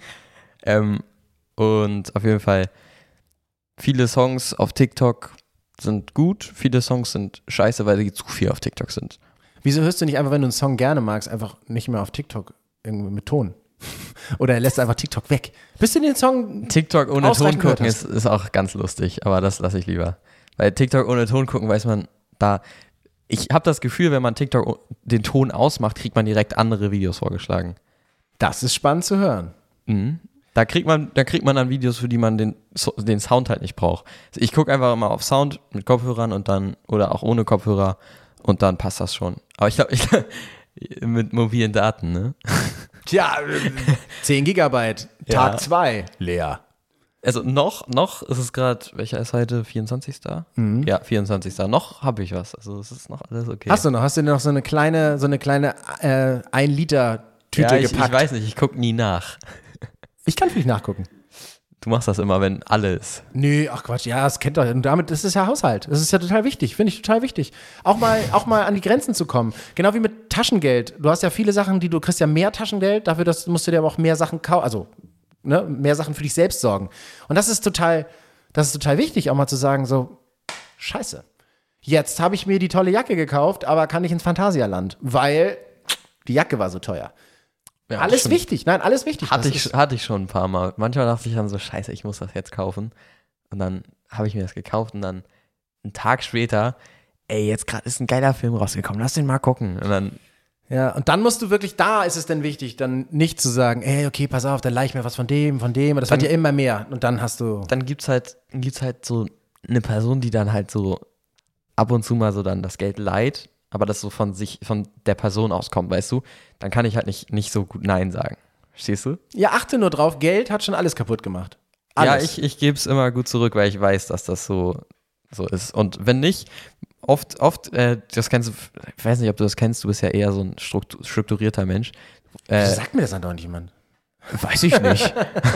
B: Und auf jeden Fall, viele Songs auf TikTok sind gut, viele Songs sind scheiße, weil sie zu viel auf TikTok sind.
A: Wieso hörst du nicht einfach, wenn du einen Song gerne magst, einfach nicht mehr auf TikTok irgendwie mit Ton? Oder er lässt einfach TikTok weg. Bis du den Song
B: TikTok ohne Ton
A: ausreichend gehört
B: gucken
A: hast.
B: ist auch ganz lustig, aber das lasse ich lieber. Weil TikTok ohne Ton gucken, weiß man, ich habe das Gefühl, wenn man TikTok den Ton ausmacht, kriegt man direkt andere Videos vorgeschlagen.
A: Das ist spannend zu hören.
B: Mhm. Da kriegt man dann Videos, für die man den Sound halt nicht braucht. Also ich gucke einfach mal auf Sound mit Kopfhörern und dann, oder auch ohne Kopfhörer und dann passt das schon. Aber ich glaube, mit mobilen Daten, ne?
A: Tja, 10 Gigabyte,
B: Ja.
A: Tag 2, leer.
B: Also noch ist es gerade, welcher ist heute? 24. Ja, 24. Noch habe ich was. Also es ist noch alles okay.
A: Hast du noch so eine kleine 1 Liter Tüte
B: ja, ich
A: gepackt?
B: weiß nicht, ich gucke nie nach.
A: Ich kann vielleicht nachgucken.
B: Du machst das immer, wenn alles.
A: Nö, ach Quatsch, ja, das kennt doch. Und damit, das ist ja Haushalt. Das ist ja total wichtig, finde ich total wichtig. Auch mal an die Grenzen zu kommen. Genau wie mit Taschengeld. Du hast ja viele Sachen, du kriegst ja mehr Taschengeld, dafür musst du dir aber auch mehr Sachen kaufen, also ne, mehr Sachen für dich selbst sorgen. Und das ist total wichtig, auch mal zu sagen, so, scheiße. Jetzt habe ich mir die tolle Jacke gekauft, aber kann nicht ins Phantasialand, weil die Jacke war so teuer.
B: Ja,
A: Alles
B: stimmt.
A: wichtig, nein, alles wichtig.
B: Hatte
A: Das
B: ich schon ein paar Mal. Manchmal dachte ich dann so, scheiße, ich muss das jetzt kaufen. Und dann habe ich mir das gekauft und dann einen Tag später, ey, jetzt gerade ist ein geiler Film rausgekommen, lass den mal gucken. Und dann,
A: Ja, und dann musst du wirklich, da ist es dann wichtig, dann nicht zu sagen, ey, okay, pass auf, dann leih ich mir was von dem, das wird ja immer mehr. Und dann hast du,
B: dann gibt's halt so eine Person, die dann halt so ab und zu mal so dann das Geld leiht, aber das so von der Person auskommt, weißt du? Dann kann ich halt nicht so gut Nein sagen. Verstehst du?
A: ja, achte nur drauf, Geld hat schon alles kaputt gemacht.
B: Ja,
A: Alles.
B: ich gebe es immer gut zurück, weil ich weiß, dass das so ist. Und wenn nicht, oft, das kennst du, ich weiß nicht, ob du das kennst, du bist ja eher so ein strukturierter Mensch.
A: Sag mir das dann doch nicht, Mann.
B: Weiß ich nicht.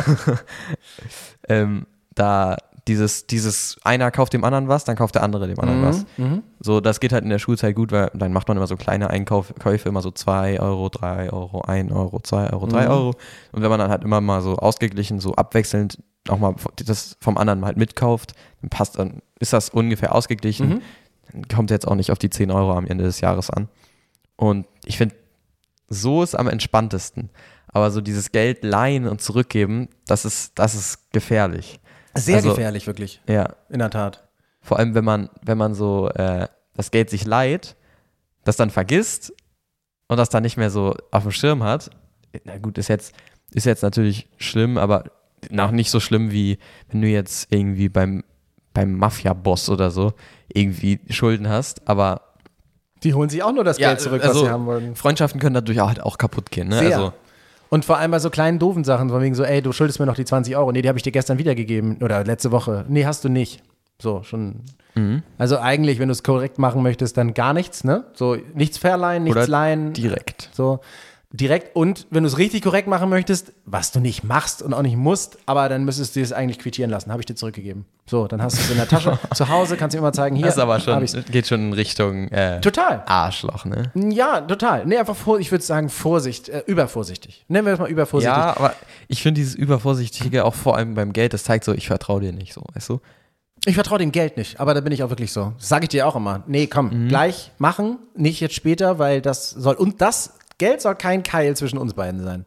B: Da dieses einer kauft dem anderen was, dann kauft der andere dem anderen was. So, das geht halt in der Schulzeit gut, weil dann macht man immer so kleine Einkäufe, immer so 2 Euro, 3 Euro, 1 Euro, 2 Euro, 3 Euro. Und wenn man dann halt immer mal so ausgeglichen, so abwechselnd auch mal das vom anderen halt mitkauft, dann ist das ungefähr ausgeglichen. Dann kommt jetzt auch nicht auf die 10 Euro am Ende des Jahres an. Und ich finde, so ist am entspanntesten. Aber so dieses Geld leihen und zurückgeben, das ist gefährlich.
A: Sehr
B: Also,
A: gefährlich, wirklich.
B: Ja,
A: In der Tat.
B: vor allem wenn man so das Geld sich leiht, das dann vergisst und das dann nicht mehr so auf dem Schirm hat, na gut, ist jetzt natürlich schlimm, aber noch nicht so schlimm, wie wenn du jetzt irgendwie beim Mafia-Boss oder so irgendwie Schulden hast, aber
A: Die holen sich auch nur das Geld zurück, was sie haben wollen.
B: Freundschaften können dadurch halt auch kaputt gehen. Ne?
A: Sehr.
B: Also,
A: Und vor allem bei so kleinen, doofen Sachen, von wegen so, ey, du schuldest mir noch die 20 Euro. Nee, die habe ich dir gestern wiedergegeben oder letzte Woche. Nee, hast du nicht. So, schon. Also eigentlich, wenn du es korrekt machen möchtest, dann gar nichts, ne? So, nichts verleihen, nichts
B: oder
A: leihen.
B: direkt.
A: So, direkt. Und wenn du es richtig korrekt machen möchtest, was du nicht machst und auch nicht musst, aber dann müsstest du es eigentlich quittieren lassen. Habe ich dir zurückgegeben. So, dann hast du es in der Tasche. Zu Hause kannst du immer zeigen, hier.
B: Das ist aber
A: hab
B: schon,
A: ich's.
B: geht schon in Richtung
A: Total.
B: Arschloch, ne?
A: Ja, total. Nee, einfach, ich würde sagen, übervorsichtig. Nennen wir es mal übervorsichtig.
B: Ja, aber ich finde dieses Übervorsichtige auch vor allem beim Geld, das zeigt so, ich vertraue dir nicht so, weißt du?
A: Ich vertraue dem Geld nicht, aber da bin ich auch wirklich so. Das sage ich dir auch immer. Nee, komm, gleich machen, nicht jetzt später, weil das Geld soll kein Keil zwischen uns beiden sein.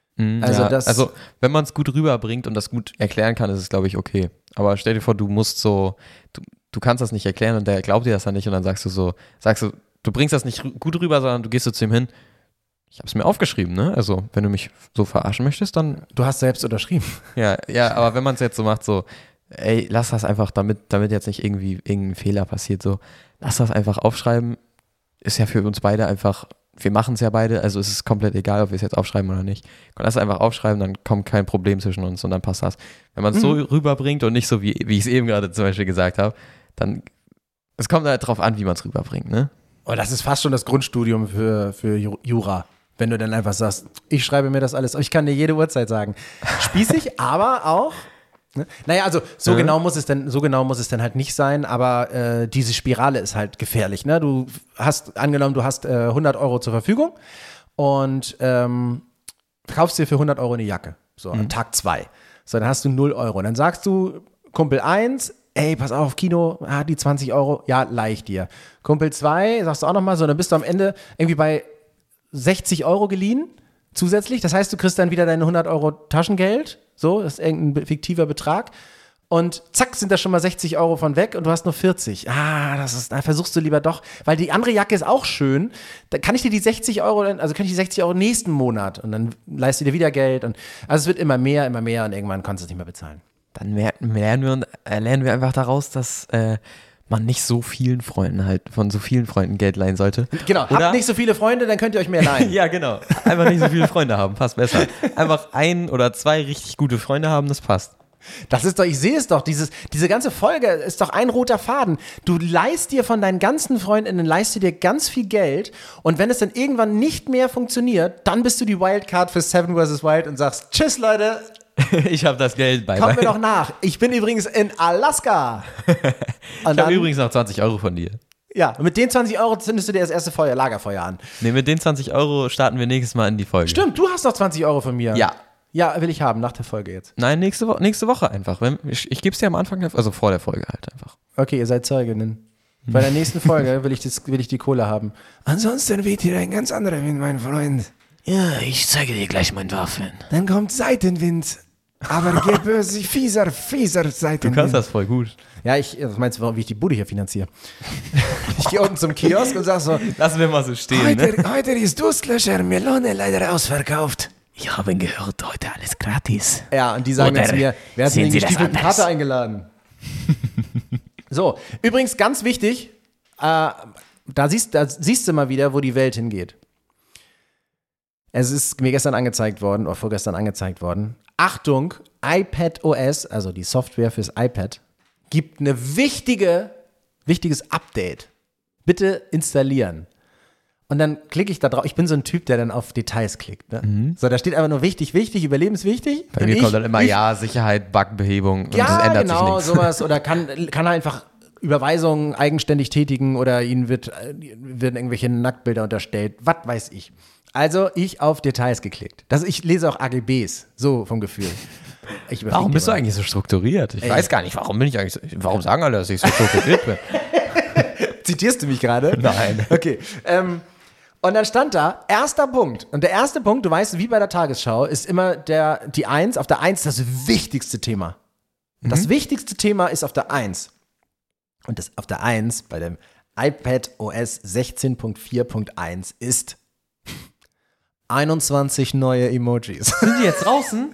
B: Also wenn man es gut rüberbringt und das gut erklären kann, ist es, glaube ich, okay. Aber stell dir vor, du musst so, du kannst das nicht erklären und der glaubt dir das dann nicht und dann sagst du, du bringst das nicht gut rüber, sondern du gehst so zu ihm hin, ich habe es mir aufgeschrieben, ne? Also wenn du mich so verarschen möchtest, dann...
A: Du hast selbst unterschrieben.
B: Ja, aber wenn man es jetzt so macht, so, ey, lass das einfach, damit jetzt nicht irgendwie irgendein Fehler passiert, so, lass das einfach aufschreiben, ist ja für uns beide einfach, wir machen es ja beide, also es ist komplett egal, ob wir es jetzt aufschreiben oder nicht. Lass es einfach aufschreiben, dann kommt kein Problem zwischen uns und dann passt das. Wenn man es so rüberbringt und nicht so, wie ich es eben gerade zum Beispiel gesagt habe, dann, es kommt halt drauf an, wie man es rüberbringt, ne?
A: Oh, das ist fast schon das Grundstudium für Jura. Wenn du dann einfach sagst, ich schreibe mir das alles auf, ich kann dir jede Uhrzeit sagen. Spießig, aber auch. Ne? Naja, also so genau muss es dann halt nicht sein, aber diese Spirale ist halt gefährlich. Ne? Du hast 100 Euro zur Verfügung und kaufst dir für 100 Euro eine Jacke. So, an Tag 2. So, dann hast du 0 Euro. Und dann sagst du, Kumpel 1, ey, pass auf, Kino, die 20 Euro, ja, leih ich dir. Kumpel 2, sagst du auch nochmal so, dann bist du am Ende irgendwie bei 60 Euro geliehen, zusätzlich. Das heißt, du kriegst dann wieder deine 100 Euro Taschengeld. So, das ist irgendein fiktiver Betrag. Und zack, sind da schon mal 60 Euro von weg und du hast nur 40. Da versuchst du lieber doch, weil die andere Jacke ist auch schön. Da kann ich dir die 60 Euro, nächsten Monat und dann leist du dir wieder Geld. Und, also es wird immer mehr und irgendwann kannst du es nicht mehr bezahlen.
B: Dann lernen wir einfach daraus, dass man nicht so vielen Freunden halt, von so vielen Freunden Geld leihen sollte.
A: Genau,
B: oder?
A: Habt nicht so viele Freunde, dann könnt ihr euch mehr leihen.
B: Ja, genau. Einfach nicht so viele Freunde haben, passt besser. Einfach 1 oder 2 richtig gute Freunde haben, das passt.
A: Das ist doch, ich sehe es doch, diese ganze Folge ist doch ein roter Faden. Du leihst dir von deinen ganzen Freundinnen, leihst du dir ganz viel Geld und wenn es dann irgendwann nicht mehr funktioniert, dann bist du die Wildcard für Seven vs. Wild und sagst, tschüss Leute,
B: Ich habe das Geld bei
A: kommt mir doch nach. Ich bin übrigens in Alaska.
B: Ich habe übrigens noch 20 Euro von dir.
A: Ja, und mit den 20 Euro zündest du dir das erste Lagerfeuer an.
B: Nee, mit den 20 Euro starten wir nächstes Mal in die Folge.
A: Stimmt, du hast noch 20 Euro von mir.
B: Ja.
A: Ja, will ich haben, nach der Folge jetzt.
B: Nein, nächste Woche einfach. Ich gebe es dir am Anfang, also vor der Folge halt einfach.
A: Okay, ihr seid Zeuginnen. Bei der nächsten Folge will ich die Kohle haben. Ansonsten weht hier ein ganz anderer Wind, mein Freund.
B: Ja, ich zeige dir gleich meinen Waffen.
A: Dann kommt Seitenwind. Aber gebörsig, fieser Seitenwind.
B: Du kannst das voll gut.
A: Ja, was meinst du, wie ich die Bude hier finanziere? Ich gehe unten zum Kiosk und sag so,
B: Lassen wir mal so stehen, ne?
A: heute ist Durstlöscher Melone leider ausverkauft.
B: Ich habe gehört, heute alles gratis.
A: Ja, und die sagen
B: Oder
A: zu mir, wer hat
B: sehen
A: denn den
B: Sie das
A: gestiefelten
B: anders?
A: Kater eingeladen? So, übrigens ganz wichtig, da siehst du mal wieder, wo die Welt hingeht. Es ist mir gestern angezeigt worden, oder vorgestern angezeigt worden. Achtung, iPadOS, also die Software fürs iPad, gibt ein wichtiges Update. Bitte installieren. Und dann klicke ich da drauf. Ich bin so ein Typ, der dann auf Details klickt. Ne? So, da steht einfach nur wichtig, überlebenswichtig.
B: Bei mir kommt dann immer Sicherheit, Buggebehebung und
A: ja,
B: das ändert sich
A: genau,
B: nichts.
A: sowas. Oder kann einfach Überweisungen eigenständig tätigen oder ihnen werden irgendwelche Nacktbilder unterstellt. Was weiß ich. Also ich auf Details geklickt. Ich lese auch AGBs, so vom Gefühl.
B: Warum bist du eigentlich so strukturiert? Ich weiß gar nicht, warum sagen alle, dass ich so strukturiert bin?
A: Zitierst du mich gerade?
B: Nein.
A: Okay. Und dann stand da, erster Punkt. Und der erste Punkt, du weißt, wie bei der Tagesschau, ist immer die 1, auf der 1 das wichtigste Thema. Das wichtigste Thema ist auf der 1. Und das auf der 1 bei dem iPadOS 16.4.1 ist 21 neue Emojis.
B: Sind die jetzt draußen?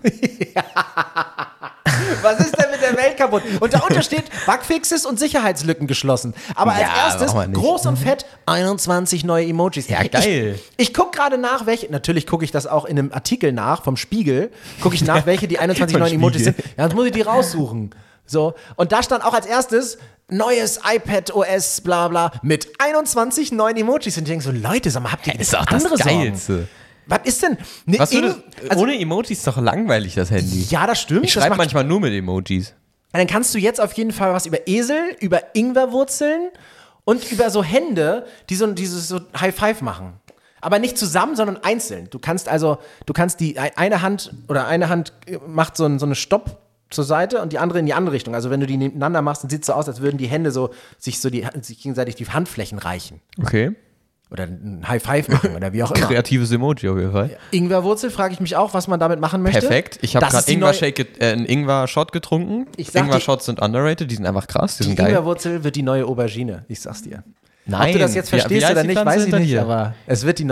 A: Was ist denn mit der Welt kaputt? Und darunter steht Bugfixes und Sicherheitslücken geschlossen. Aber als erstes, groß und fett, 21 neue Emojis.
B: Ja, geil.
A: Ich gucke gerade nach, natürlich gucke ich das auch in einem Artikel nach, vom Spiegel, gucke ich nach, welche die 21 neuen Emojis sind. Ja, dann muss ich die raussuchen. So, und da stand auch als erstes neues iPad OS, bla bla, mit 21 neuen Emojis. Und ich denke so, Leute, sag mal, habt ihr
B: ist doch
A: andere
B: das Geilste.
A: Sorgen? Was ist denn?
B: Ohne Emojis ist doch langweilig, das Handy.
A: Ja, das stimmt.
B: Ich schreibe manchmal nur mit Emojis.
A: Dann kannst du jetzt auf jeden Fall was über Esel, über Ingwerwurzeln und über so Hände, die dieses so High Five machen. Aber nicht zusammen, sondern einzeln. Du kannst die eine Hand macht so eine Stopp zur Seite und die andere in die andere Richtung. Also wenn du die nebeneinander machst, dann sieht es so aus, als würden die Hände sich gegenseitig die Handflächen reichen.
B: Okay.
A: Oder ein High Five machen oder wie auch immer.
B: Kreatives Emoji auf jeden Fall.
A: Ingwerwurzel, frage ich mich auch, was man damit machen möchte.
B: Perfekt. Ich habe gerade einen Ingwer-Shot getrunken. Ingwer-Shots sind underrated, die sind einfach krass, die sind geil.
A: Ingwerwurzel wird die neue Aubergine, ich sag's dir.
B: Nein.
A: Ob du das jetzt verstehst oder nicht, weiß ich nicht,
B: hier?
A: aber es wird die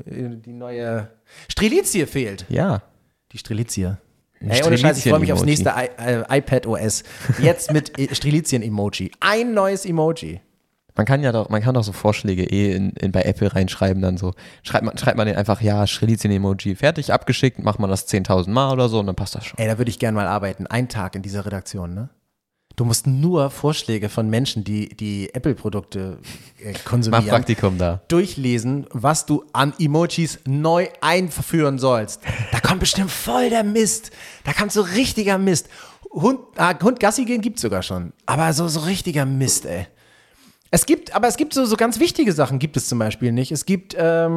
A: neue Strelizie fehlt.
B: Ja.
A: Die Strelizie. Ey, ohne Scheiß, ich freue mich aufs nächste iPad OS. Jetzt mit Strelizien-Emoji. Ein neues Emoji.
B: Man kann doch so Vorschläge bei Apple reinschreiben, dann so. Schreibt man den einfach, ja, Strelizien-Emoji, fertig, abgeschickt, macht man das 10.000 Mal oder so und dann passt das schon.
A: Ey, da würde ich gerne mal arbeiten. Einen Tag in dieser Redaktion, ne? Du musst nur Vorschläge von Menschen, die Apple-Produkte konsumieren,
B: Mach Praktikum da.
A: Durchlesen, was du an Emojis neu einführen sollst. Da kommt bestimmt voll der Mist. Da kommt so richtiger Mist. Hund Gassi gehen gibt's sogar schon. Aber so richtiger Mist, ey. Es gibt so ganz wichtige Sachen, gibt es zum Beispiel nicht. Es gibt,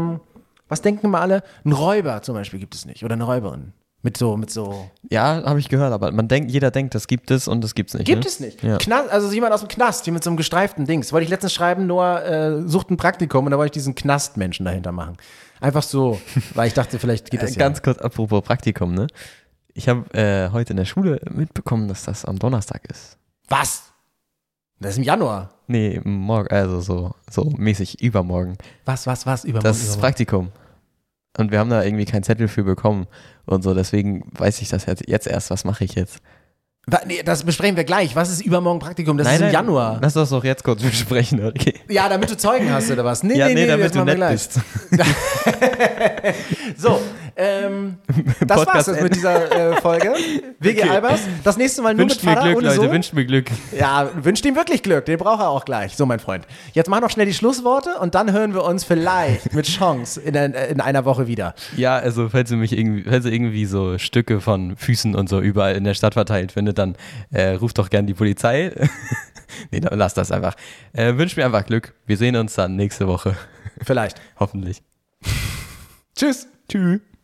A: was denken immer alle? Ein Räuber zum Beispiel gibt es nicht. Oder eine Räuberin. Mit so.
B: Ja, habe ich gehört, aber jeder denkt, das gibt es und das gibt's nicht.
A: Gibt es nicht. Ja. Also jemand aus dem Knast, hier mit so einem gestreiften Dings. Wollte ich letztens schreiben, Noah sucht ein Praktikum und da wollte ich diesen Knastmenschen dahinter machen. Einfach so, weil ich dachte, vielleicht geht das ja.
B: Ganz kurz, apropos Praktikum, ne? Ich habe heute in der Schule mitbekommen, dass das am Donnerstag ist.
A: Was? Das ist im Januar.
B: Nee, morgen, also so mäßig übermorgen.
A: Was übermorgen?
B: Das ist Praktikum. Und wir haben da irgendwie keinen Zettel für bekommen und so, deswegen weiß ich das jetzt erst, was mache ich jetzt?
A: Nee, das besprechen wir gleich. Was ist übermorgen Praktikum? Das ist im Januar.
B: Lass das doch jetzt kurz besprechen, okay?
A: Ja, damit du Zeugen hast oder was? Nee,
B: damit du nett bist.
A: So, das war's jetzt mit dieser Folge. WG Albers. Das nächste Mal nur mit Vater
B: Glück,
A: ohne
B: Leute,
A: Sohn.
B: Wünscht mir Glück.
A: Ja, wünscht ihm wirklich Glück. Den braucht er auch gleich. So, mein Freund. Jetzt mach noch schnell die Schlussworte und dann hören wir uns vielleicht mit Chance in einer Woche wieder.
B: Ja, also falls ihr irgendwie so Stücke von Füßen und so überall in der Stadt verteilt findet, dann ruft doch gern die Polizei. Nee, dann lass das einfach. Wünscht mir einfach Glück. Wir sehen uns dann nächste Woche.
A: Vielleicht.
B: Hoffentlich.
A: Tschüss.
B: Tschüss.